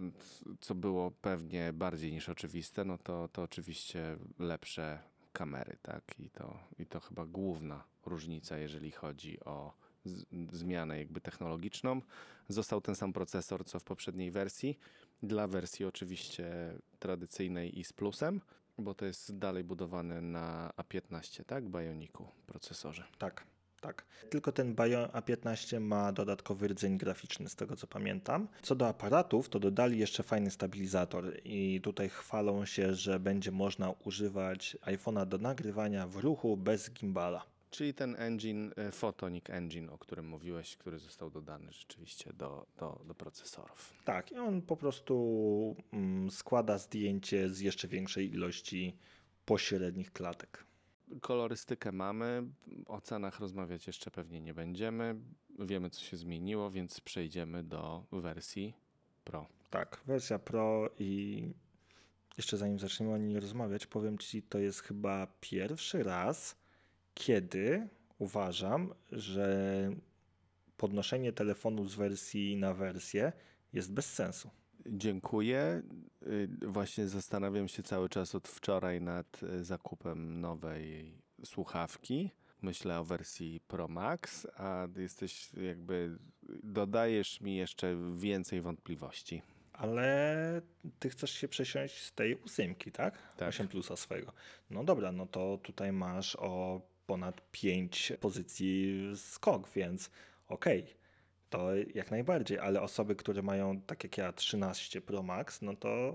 co było pewnie bardziej niż oczywiste, no to oczywiście lepsze kamery, tak? I to chyba główna różnica, jeżeli chodzi o zmianę jakby technologiczną. Został ten sam procesor, co w poprzedniej wersji. Dla wersji oczywiście tradycyjnej i z plusem, bo to jest dalej budowane na A15, tak? Bioniku procesorze. Tak, tak. Tylko ten Bion A15 ma dodatkowy rdzeń graficzny, z tego co pamiętam. Co do aparatów, to dodali jeszcze fajny stabilizator i tutaj chwalą się, że będzie można używać iPhone'a do nagrywania w ruchu bez gimbala. Czyli ten engine, Photonic Engine, o którym mówiłeś, który został dodany rzeczywiście do procesorów. Tak, i on po prostu składa zdjęcie z jeszcze większej ilości pośrednich klatek. Kolorystykę mamy, o cenach rozmawiać jeszcze pewnie nie będziemy. Wiemy, co się zmieniło, więc przejdziemy do wersji Pro. Tak, wersja Pro i jeszcze zanim zaczniemy o niej rozmawiać, powiem Ci, to jest chyba pierwszy raz, kiedy uważam, że podnoszenie telefonu z wersji na wersję jest bez sensu. Dziękuję. Właśnie zastanawiam się cały czas od wczoraj nad zakupem nowej słuchawki. Myślę o wersji Pro Max, a jesteś jakby dodajesz mi jeszcze więcej wątpliwości. Ale ty chcesz się przesiąść z tej 8, tak? Tak. 8 plusa swojego. No dobra, no to tutaj masz o ponad 5 pozycji skok, więc okej, to jak najbardziej, ale osoby, które mają tak jak ja 13 Pro Max, no to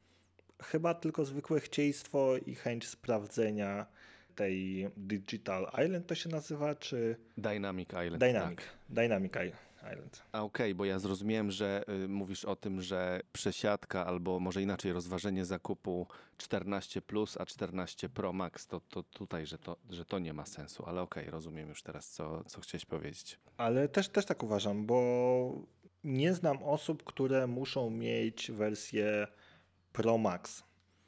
chyba tylko zwykłe chcieństwo i chęć sprawdzenia tej Digital Island to się nazywa, czy Dynamic Island. Dynamic, Tak. Dynamic Island. A okej, bo ja zrozumiałem, że mówisz o tym, że przesiadka albo może inaczej rozważenie zakupu 14 Plus, a 14 Pro Max, to tutaj, że to nie ma sensu, ale okej, rozumiem już teraz, co chciałeś powiedzieć. Ale też tak uważam, bo nie znam osób, które muszą mieć wersję Pro Max.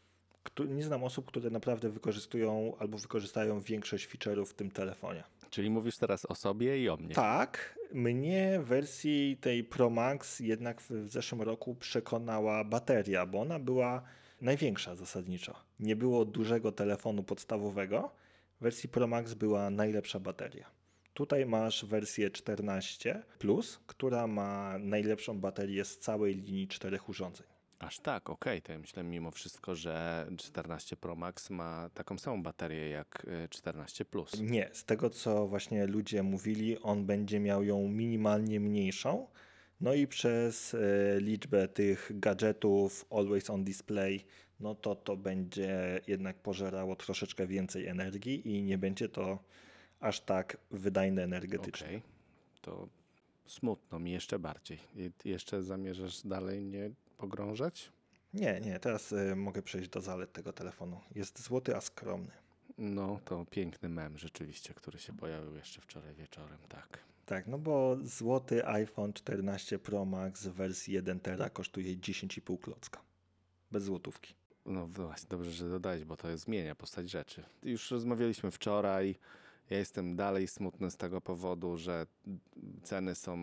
Nie znam osób, które naprawdę wykorzystują albo wykorzystają większość feature'ów w tym telefonie. Czyli mówisz teraz o sobie i o mnie. Tak, mnie w wersji tej Pro Max jednak w zeszłym roku przekonała bateria, bo ona była największa zasadniczo. Nie było dużego telefonu podstawowego. W wersji Pro Max była najlepsza bateria. Tutaj masz wersję 14 Plus, która ma najlepszą baterię z całej linii 4 urządzeń. Aż tak, okej, to ja myślę mimo wszystko, że 14 Pro Max ma taką samą baterię jak 14 Plus. Nie, z tego co właśnie ludzie mówili, on będzie miał ją minimalnie mniejszą. No i przez liczbę tych gadżetów Always on Display, no to będzie jednak pożerało troszeczkę więcej energii i nie będzie to aż tak wydajne energetycznie. Okej, to smutno mi jeszcze bardziej. I jeszcze zamierzasz dalej mnie pogrążać? Nie, teraz mogę przejść do zalet tego telefonu. Jest złoty, a skromny. No, to piękny mem rzeczywiście, który się pojawił jeszcze wczoraj wieczorem, tak. Tak, no bo złoty iPhone 14 Pro Max w wersji 1 tera kosztuje 10,5 klocka. Bez złotówki. No właśnie, dobrze, że dodałeś, bo to zmienia postać rzeczy. Już rozmawialiśmy wczoraj. Ja jestem dalej smutny z tego powodu, że ceny są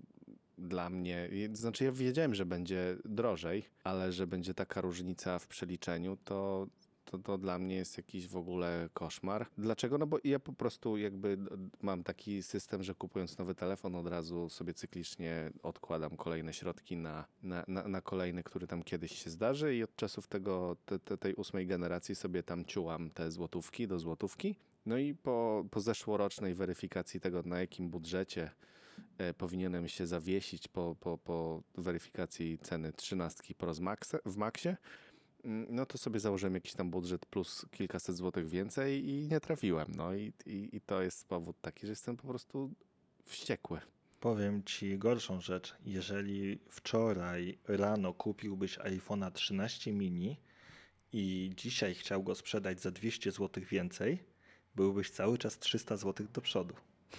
dla mnie, znaczy ja wiedziałem, że będzie drożej, ale że będzie taka różnica w przeliczeniu, to dla mnie jest jakiś w ogóle koszmar. Dlaczego? No bo ja po prostu jakby mam taki system, że kupując nowy telefon od razu sobie cyklicznie odkładam kolejne środki na kolejny, który tam kiedyś się zdarzy i od czasów tej 8 generacji sobie tam ciułam te złotówki do złotówki. No i po zeszłorocznej weryfikacji tego, na jakim budżecie powinienem się zawiesić po weryfikacji ceny 13 Pro w Maxie, no to sobie założyłem jakiś tam budżet plus kilkaset złotych więcej i nie trafiłem. No i to jest powód taki, że jestem po prostu wściekły. Powiem ci gorszą rzecz. Jeżeli wczoraj rano kupiłbyś iPhone'a 13 mini i dzisiaj chciał go sprzedać za 200 zł więcej, byłbyś cały czas 300 zł do przodu.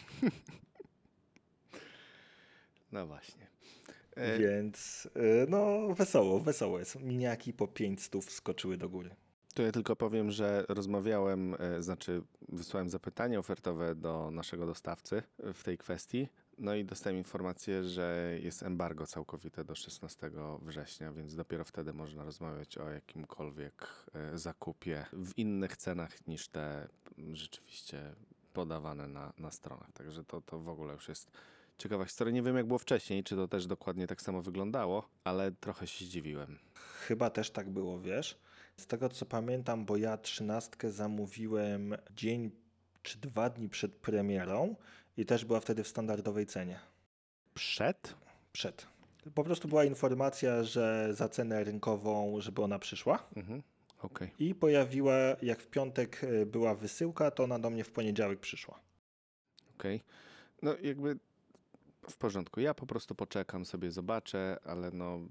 No właśnie. Więc no wesoło jest. Miniaki po 500 wskoczyły do góry. Tu ja tylko powiem, że rozmawiałem, wysłałem zapytanie ofertowe do naszego dostawcy w tej kwestii. No i dostałem informację, że jest embargo całkowite do 16 września, więc dopiero wtedy można rozmawiać o jakimkolwiek zakupie w innych cenach niż te rzeczywiście podawane na stronach. Także to w ogóle już jest ciekawa historia. Nie wiem, jak było wcześniej, czy to też dokładnie tak samo wyglądało, ale trochę się zdziwiłem. Chyba też tak było, wiesz. Z tego co pamiętam, bo ja 13 zamówiłem dzień czy 2 dni przed premierą i też była wtedy w standardowej cenie. Przed? Przed. Po prostu była informacja, że za cenę rynkową, żeby ona przyszła. Mhm. Okej. I pojawiła, jak w piątek była wysyłka, to ona do mnie w poniedziałek przyszła. Okej. No jakby w porządku. Ja po prostu poczekam sobie, zobaczę, ale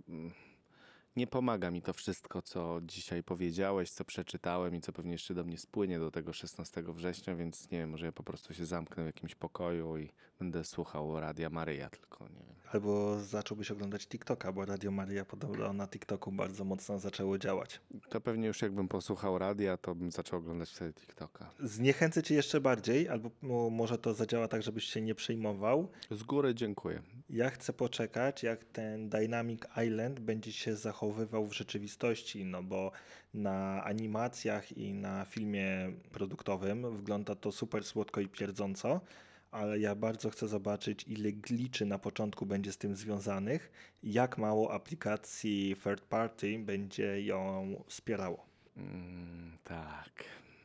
nie pomaga mi to wszystko, co dzisiaj powiedziałeś, co przeczytałem i co pewnie jeszcze do mnie spłynie do tego 16 września, więc nie wiem, może ja po prostu się zamknę w jakimś pokoju i będę słuchał Radia Maryja, tylko nie wiem. Albo zacząłbyś oglądać TikToka, bo Radio Maria podobno na TikToku bardzo mocno zaczęło działać. To pewnie już jakbym posłuchał radia, to bym zaczął oglądać wtedy TikToka. Zniechęcę cię jeszcze bardziej, albo może to zadziała tak, żebyś się nie przejmował. Z góry dziękuję. Ja chcę poczekać, jak ten Dynamic Island będzie się zachowywał w rzeczywistości, no bo na animacjach i na filmie produktowym wygląda to super słodko i pierdząco, ale ja bardzo chcę zobaczyć, ile gliczy na początku będzie z tym związanych, jak mało aplikacji third party będzie ją wspierało. Tak.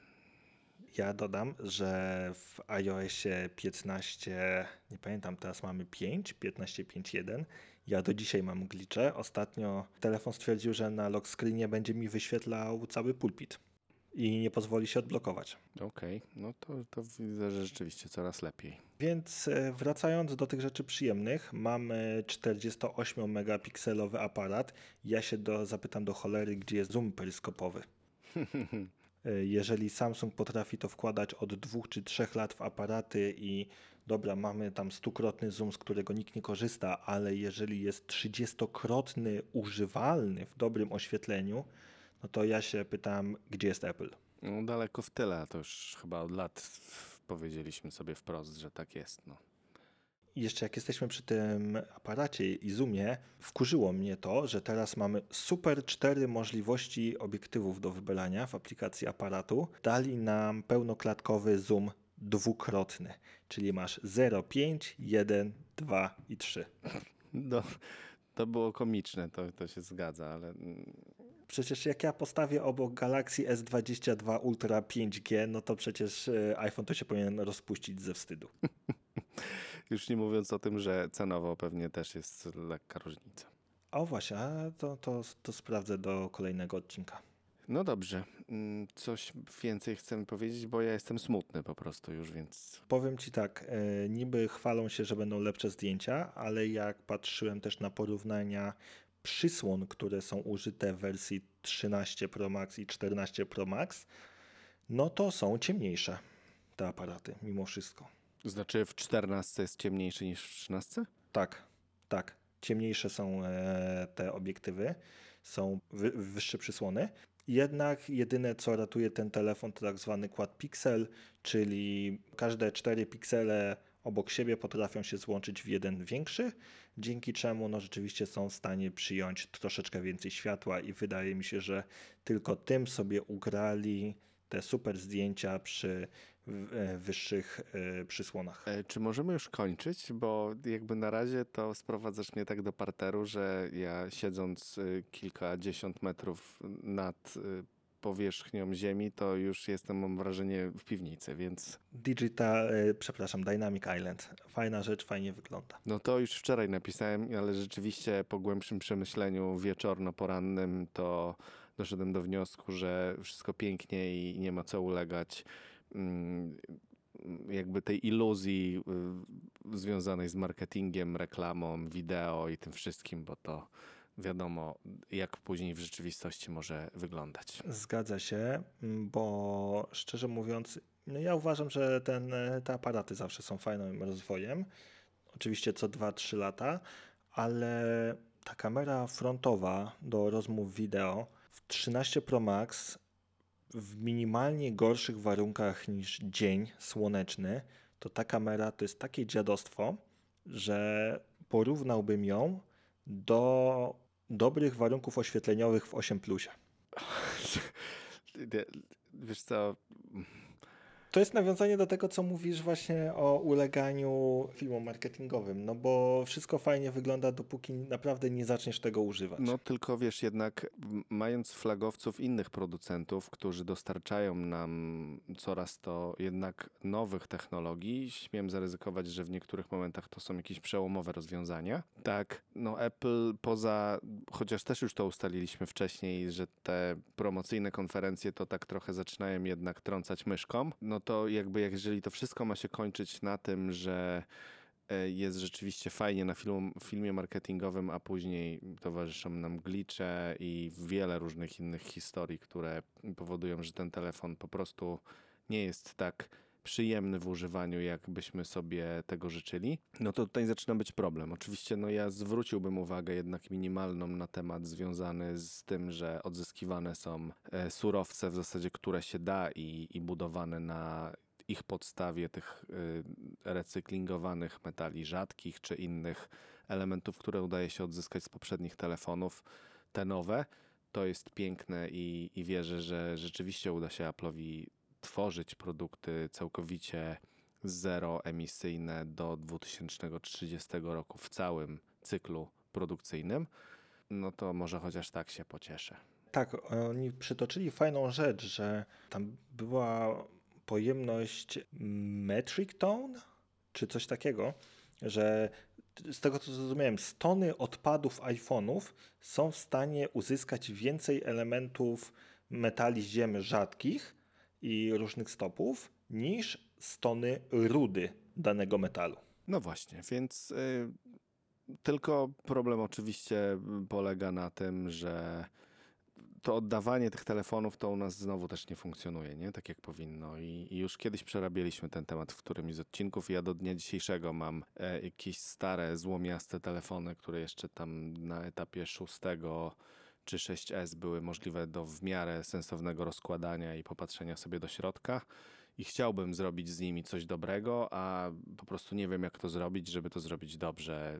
Ja dodam, że w iOSie 15, nie pamiętam, teraz mamy 5, 15.5.1. Ja do dzisiaj mam glicze. Ostatnio telefon stwierdził, że na lock screenie będzie mi wyświetlał cały pulpit i nie pozwoli się odblokować. Okej. No to widzę, że rzeczywiście coraz lepiej. Więc wracając do tych rzeczy przyjemnych, mamy 48-megapikselowy aparat. Ja się zapytam do cholery, gdzie jest zoom peryskopowy. Jeżeli Samsung potrafi to wkładać od 2 czy 3 lat w aparaty i dobra, mamy tam 100-krotny zoom, z którego nikt nie korzysta, ale jeżeli jest 30-krotny używalny w dobrym oświetleniu, no to ja się pytam, gdzie jest Apple? No daleko w tyle, to już chyba od lat powiedzieliśmy sobie wprost, że tak jest. No. I jeszcze jak jesteśmy przy tym aparacie i zoomie, wkurzyło mnie to, że teraz mamy super 4 możliwości obiektywów do wybrania w aplikacji aparatu. Dali nam pełnoklatkowy zoom dwukrotny, czyli masz 0, 5, 1, 2 i 3. No, to było komiczne, to się zgadza, ale Przecież jak ja postawię obok Galaxy S22 Ultra 5G, no to przecież iPhone to się powinien rozpuścić ze wstydu. już nie mówiąc o tym, że cenowo pewnie też jest lekka różnica. O właśnie, a to sprawdzę do kolejnego odcinka. No dobrze, coś więcej chcemy powiedzieć, bo ja jestem smutny po prostu już, więc Powiem ci tak, niby chwalą się, że będą lepsze zdjęcia, ale jak patrzyłem też na porównania przysłon, które są użyte w wersji 13 Pro Max i 14 Pro Max, no to są ciemniejsze te aparaty, mimo wszystko. znaczy w 14 jest ciemniejszy niż w 13? Tak. Ciemniejsze są te obiektywy, są wyższe przysłony. Jednak jedyne, co ratuje ten telefon, to tak zwany quad pixel, czyli każde 4 piksele obok siebie potrafią się złączyć w jeden większy, dzięki czemu no, rzeczywiście są w stanie przyjąć troszeczkę więcej światła i wydaje mi się, że tylko tym sobie ugrali te super zdjęcia przy wyższych przysłonach. Czy możemy już kończyć? Bo jakby na razie to sprowadzasz mnie tak do parteru, że ja siedząc kilkadziesiąt metrów nad powierzchnią ziemi, to już jestem, mam wrażenie, w piwnicy, więc Dynamic Island. Fajna rzecz, fajnie wygląda. no to już wczoraj napisałem, ale rzeczywiście po głębszym przemyśleniu wieczorno-porannym to doszedłem do wniosku, że wszystko pięknie i nie ma co ulegać jakby tej iluzji związanej z marketingiem, reklamą, wideo i tym wszystkim, bo to wiadomo, jak później w rzeczywistości może wyglądać. Zgadza się, bo szczerze mówiąc, no ja uważam, że te aparaty zawsze są fajnym rozwojem. Oczywiście co 2-3 lata, ale ta kamera frontowa do rozmów wideo w 13 Pro Max w minimalnie gorszych warunkach niż dzień słoneczny, to ta kamera to jest takie dziadostwo, że porównałbym ją do dobrych warunków oświetleniowych w 8 plusie. Wiesz co, To jest nawiązanie do tego, co mówisz właśnie o uleganiu filmom marketingowym, no bo wszystko fajnie wygląda, dopóki naprawdę nie zaczniesz tego używać. no tylko wiesz, jednak mając flagowców innych producentów, którzy dostarczają nam coraz to jednak nowych technologii, śmiem zaryzykować, że w niektórych momentach to są jakieś przełomowe rozwiązania. Tak, no Apple chociaż też już to ustaliliśmy wcześniej, że te promocyjne konferencje to tak trochę zaczynają jednak trącać myszką, no to jakby jeżeli to wszystko ma się kończyć na tym, że jest rzeczywiście fajnie na filmie marketingowym, a później towarzyszą nam glitche i wiele różnych innych historii, które powodują, że ten telefon po prostu nie jest tak przyjemny w używaniu, jak byśmy sobie tego życzyli, no to tutaj zaczyna być problem. Oczywiście no ja zwróciłbym uwagę jednak minimalną na temat związany z tym, że odzyskiwane są surowce w zasadzie, które się da i budowane na ich podstawie tych recyklingowanych metali rzadkich czy innych elementów, które udaje się odzyskać z poprzednich telefonów, te nowe. To jest piękne i wierzę, że rzeczywiście uda się Apple'owi tworzyć produkty całkowicie zeroemisyjne do 2030 roku w całym cyklu produkcyjnym, no to może chociaż tak się pocieszę. Tak, oni przytoczyli fajną rzecz, że tam była pojemność metric ton, czy coś takiego, że z tego co zrozumiałem, z tony odpadów iPhone'ów są w stanie uzyskać więcej elementów metali z ziem rzadkich i różnych stopów niż z tony rudy danego metalu. No właśnie, więc tylko problem oczywiście polega na tym, że to oddawanie tych telefonów to u nas znowu też nie funkcjonuje, nie? Tak jak powinno. I już kiedyś przerabialiśmy ten temat w którymś z odcinków i ja do dnia dzisiejszego mam jakieś stare, złomiaste telefony, które jeszcze tam na etapie 6 czy 6S były możliwe do w miarę sensownego rozkładania i popatrzenia sobie do środka. I chciałbym zrobić z nimi coś dobrego, a po prostu nie wiem, jak to zrobić, żeby to zrobić dobrze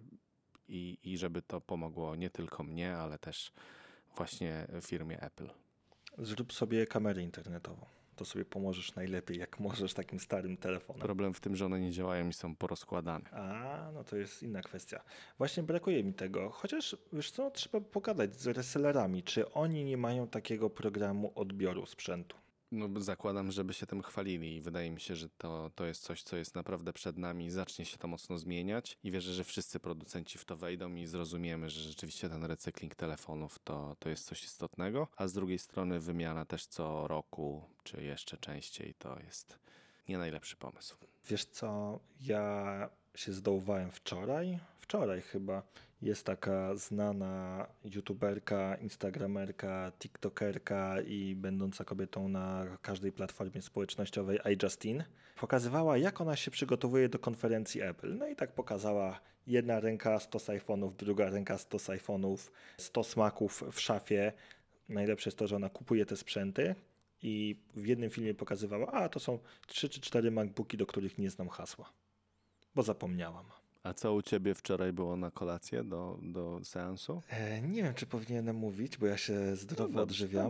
i żeby to pomogło nie tylko mnie, ale też właśnie firmie Apple. Zrób sobie kamerę internetową. To sobie pomożesz najlepiej, jak możesz takim starym telefonem. Problem w tym, że one nie działają i są porozkładane. A, no to jest inna kwestia. Właśnie brakuje mi tego. Chociaż, wiesz co, trzeba pogadać z resellerami, czy oni nie mają takiego programu odbioru sprzętu. No, zakładam, żeby się tym chwalili i wydaje mi się, że to jest coś, co jest naprawdę przed nami. Zacznie się to mocno zmieniać i wierzę, że wszyscy producenci w to wejdą i zrozumiemy, że rzeczywiście ten recykling telefonów to jest coś istotnego, a z drugiej strony wymiana też co roku, czy jeszcze częściej, to jest nie najlepszy pomysł. Wiesz co, ja się zdołowałem wczoraj chyba. Jest taka znana youtuberka, instagramerka, tiktokerka i będąca kobietą na każdej platformie społecznościowej iJustine. Pokazywała, jak ona się przygotowuje do konferencji Apple. No i tak pokazała jedna ręka 100 iPhone'ów, druga ręka 100 iPhone'ów, 100 smaków w szafie. Najlepsze jest to, że ona kupuje te sprzęty i w jednym filmie pokazywała, a to są 3 czy 4 MacBooki, do których nie znam hasła, bo zapomniałam. A co u ciebie wczoraj było na kolację do seansu? Nie wiem, czy powinienem mówić, bo ja się zdrowo odżywiam.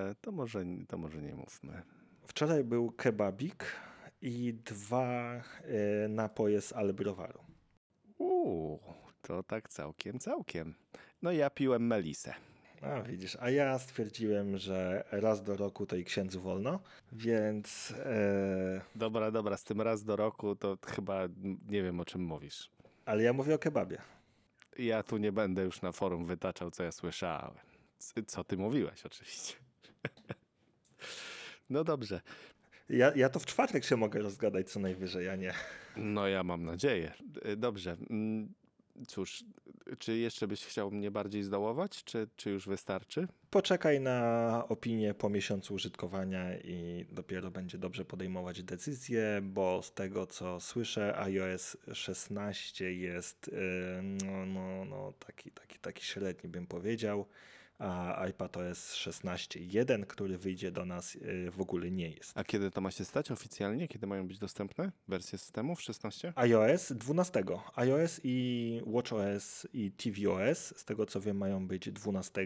To może nie mówmy. Wczoraj był kebabik i 2 napoje z Albrowaru. To tak całkiem. No ja piłem melisę. A widzisz, a ja stwierdziłem, że raz do roku to i księdzu wolno, więc Dobra, z tym raz do roku to chyba nie wiem, o czym mówisz. ale ja mówię o kebabie. Ja tu nie będę już na forum wytaczał, co ja słyszałem. Co ty mówiłeś oczywiście. No dobrze. Ja to w czwartek się mogę rozgadać co najwyżej, a nie. No ja mam nadzieję. Dobrze. Cóż, czy jeszcze byś chciał mnie bardziej zdołować, czy już wystarczy? Poczekaj na opinię po miesiącu użytkowania i dopiero będzie dobrze podejmować decyzje, bo z tego co słyszę, iOS 16 jest taki średni bym powiedział, a iPadOS 16.1, który wyjdzie do nas w ogóle nie jest. A kiedy to ma się stać oficjalnie? Kiedy mają być dostępne wersje systemów 16? iOS 12. iOS i watchOS i tvOS, z tego co wiem, mają być 12,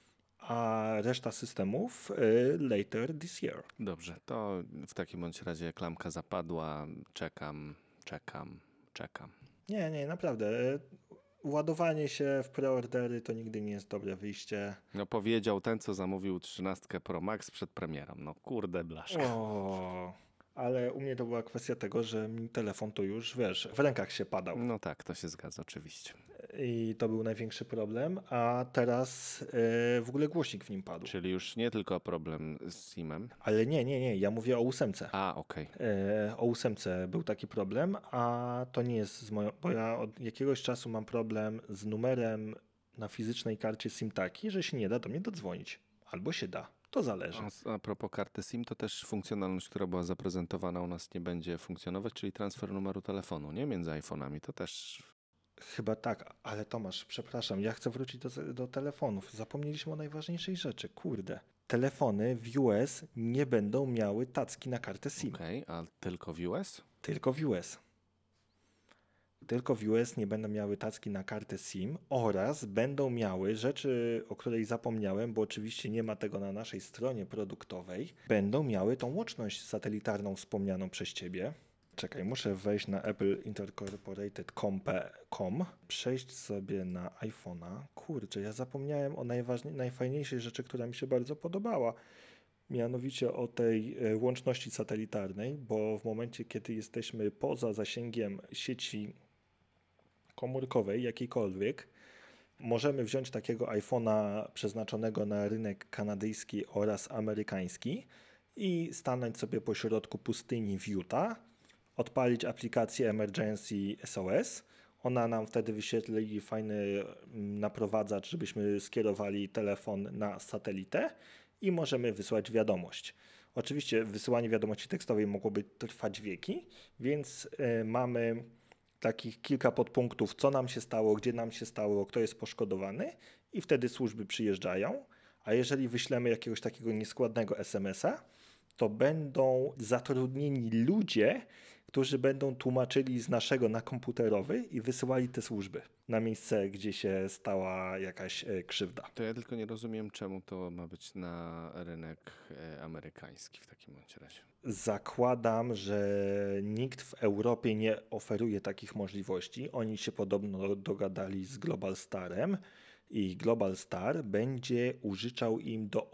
a reszta systemów later this year. Dobrze, to w takim bądź razie klamka zapadła. Czekam. Nie, naprawdę. Ładowanie się w preordery to nigdy nie jest dobre wyjście. No powiedział ten, co zamówił 13 Pro Max przed premierą. No kurde blaszka. O, ale u mnie to była kwestia tego, że mi telefon to już, wiesz, w rękach się padał. No tak, to się zgadza oczywiście. I to był największy problem, a teraz w ogóle głośnik w nim padł. Czyli już nie tylko problem z SIM-em. Ale nie, ja mówię o 8. A, okej. O 8 był taki problem, a to nie jest z moją, bo ja od jakiegoś czasu mam problem z numerem na fizycznej karcie SIM taki, że się nie da do mnie dodzwonić. Albo się da, to zależy. A propos karty SIM, to też funkcjonalność, która była zaprezentowana u nas nie będzie funkcjonować, czyli transfer numeru telefonu, nie? Między iPhone'ami. To też... Chyba tak, ale Tomasz, przepraszam, ja chcę wrócić do telefonów. Zapomnieliśmy o najważniejszej rzeczy, kurde. Telefony w US nie będą miały tacki na kartę SIM, Okej, a tylko w US? tylko w US. Tylko w US nie będą miały tacki na kartę SIM oraz będą miały rzeczy, o której zapomniałem, bo oczywiście nie ma tego na naszej stronie produktowej. Będą miały tą łączność satelitarną wspomnianą przez Ciebie. Czekaj, muszę wejść na appleincorporated.com, przejść sobie na iPhone'a. Kurczę, ja zapomniałem o najfajniejszej rzeczy, która mi się bardzo podobała. Mianowicie o tej łączności satelitarnej, bo w momencie, kiedy jesteśmy poza zasięgiem sieci komórkowej, jakiejkolwiek, możemy wziąć takiego iPhone'a przeznaczonego na rynek kanadyjski oraz amerykański i stanąć sobie pośrodku pustyni w Utah, odpalić aplikację Emergency SOS. Ona nam wtedy wyświetli fajny naprowadzacz, żebyśmy skierowali telefon na satelitę i możemy wysłać wiadomość. Oczywiście wysyłanie wiadomości tekstowej mogłoby trwać wieki, więc mamy takich kilka podpunktów, co nam się stało, gdzie nam się stało, kto jest poszkodowany i wtedy służby przyjeżdżają, a jeżeli wyślemy jakiegoś takiego nieskładnego SMS-a, to będą zatrudnieni ludzie, którzy będą tłumaczyli z naszego na komputerowy i wysyłali te służby na miejsce, gdzie się stała jakaś krzywda. To ja tylko nie rozumiem, czemu to ma być na rynek amerykański w takim bądź razie. Zakładam, że nikt w Europie nie oferuje takich możliwości. Oni się podobno dogadali z Global Starem i Global Star będzie użyczał im do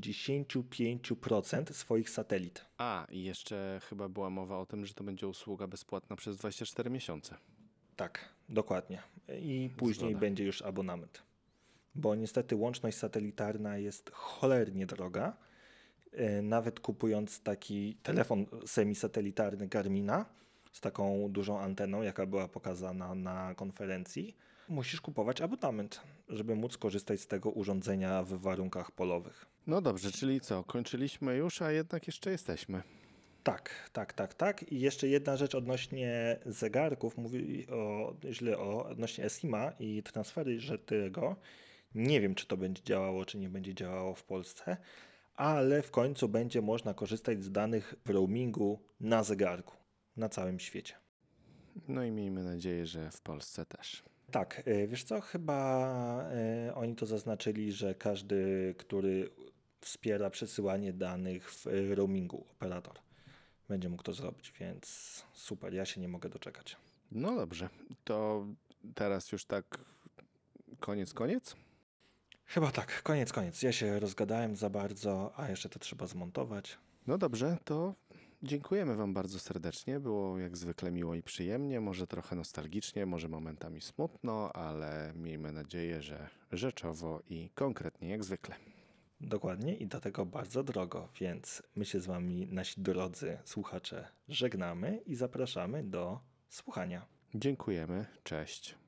85% swoich satelit. A, i jeszcze chyba była mowa o tym, że to będzie usługa bezpłatna przez 24 miesiące. Tak, dokładnie. I później Zgoda. będzie już abonament. Bo niestety łączność satelitarna jest cholernie droga. Nawet kupując taki telefon semisatelitarny Garmina z taką dużą anteną, jaka była pokazana na konferencji, musisz kupować abonament, żeby móc korzystać z tego urządzenia w warunkach polowych. No dobrze, czyli co? Kończyliśmy już, a jednak jeszcze jesteśmy. Tak. I jeszcze jedna rzecz odnośnie zegarków, mówi odnośnie eSIM-a i transfery, że tego. Nie wiem, czy to będzie działało, czy nie będzie działało w Polsce, ale w końcu będzie można korzystać z danych w roamingu na zegarku na całym świecie. No i miejmy nadzieję, że w Polsce też. Tak, wiesz co, chyba oni to zaznaczyli, że każdy, który wspiera przesyłanie danych w roamingu, operator, będzie mógł to zrobić, więc super, ja się nie mogę doczekać. No dobrze, to teraz już tak koniec? Chyba tak, koniec. Ja się rozgadałem za bardzo, a jeszcze to trzeba zmontować. No dobrze, to dziękujemy Wam bardzo serdecznie. Było jak zwykle miło i przyjemnie, może trochę nostalgicznie, może momentami smutno, ale miejmy nadzieję, że rzeczowo i konkretnie jak zwykle. Dokładnie i do tego bardzo drogo, więc my się z wami, nasi drodzy słuchacze, żegnamy i zapraszamy do słuchania. Dziękujemy, cześć.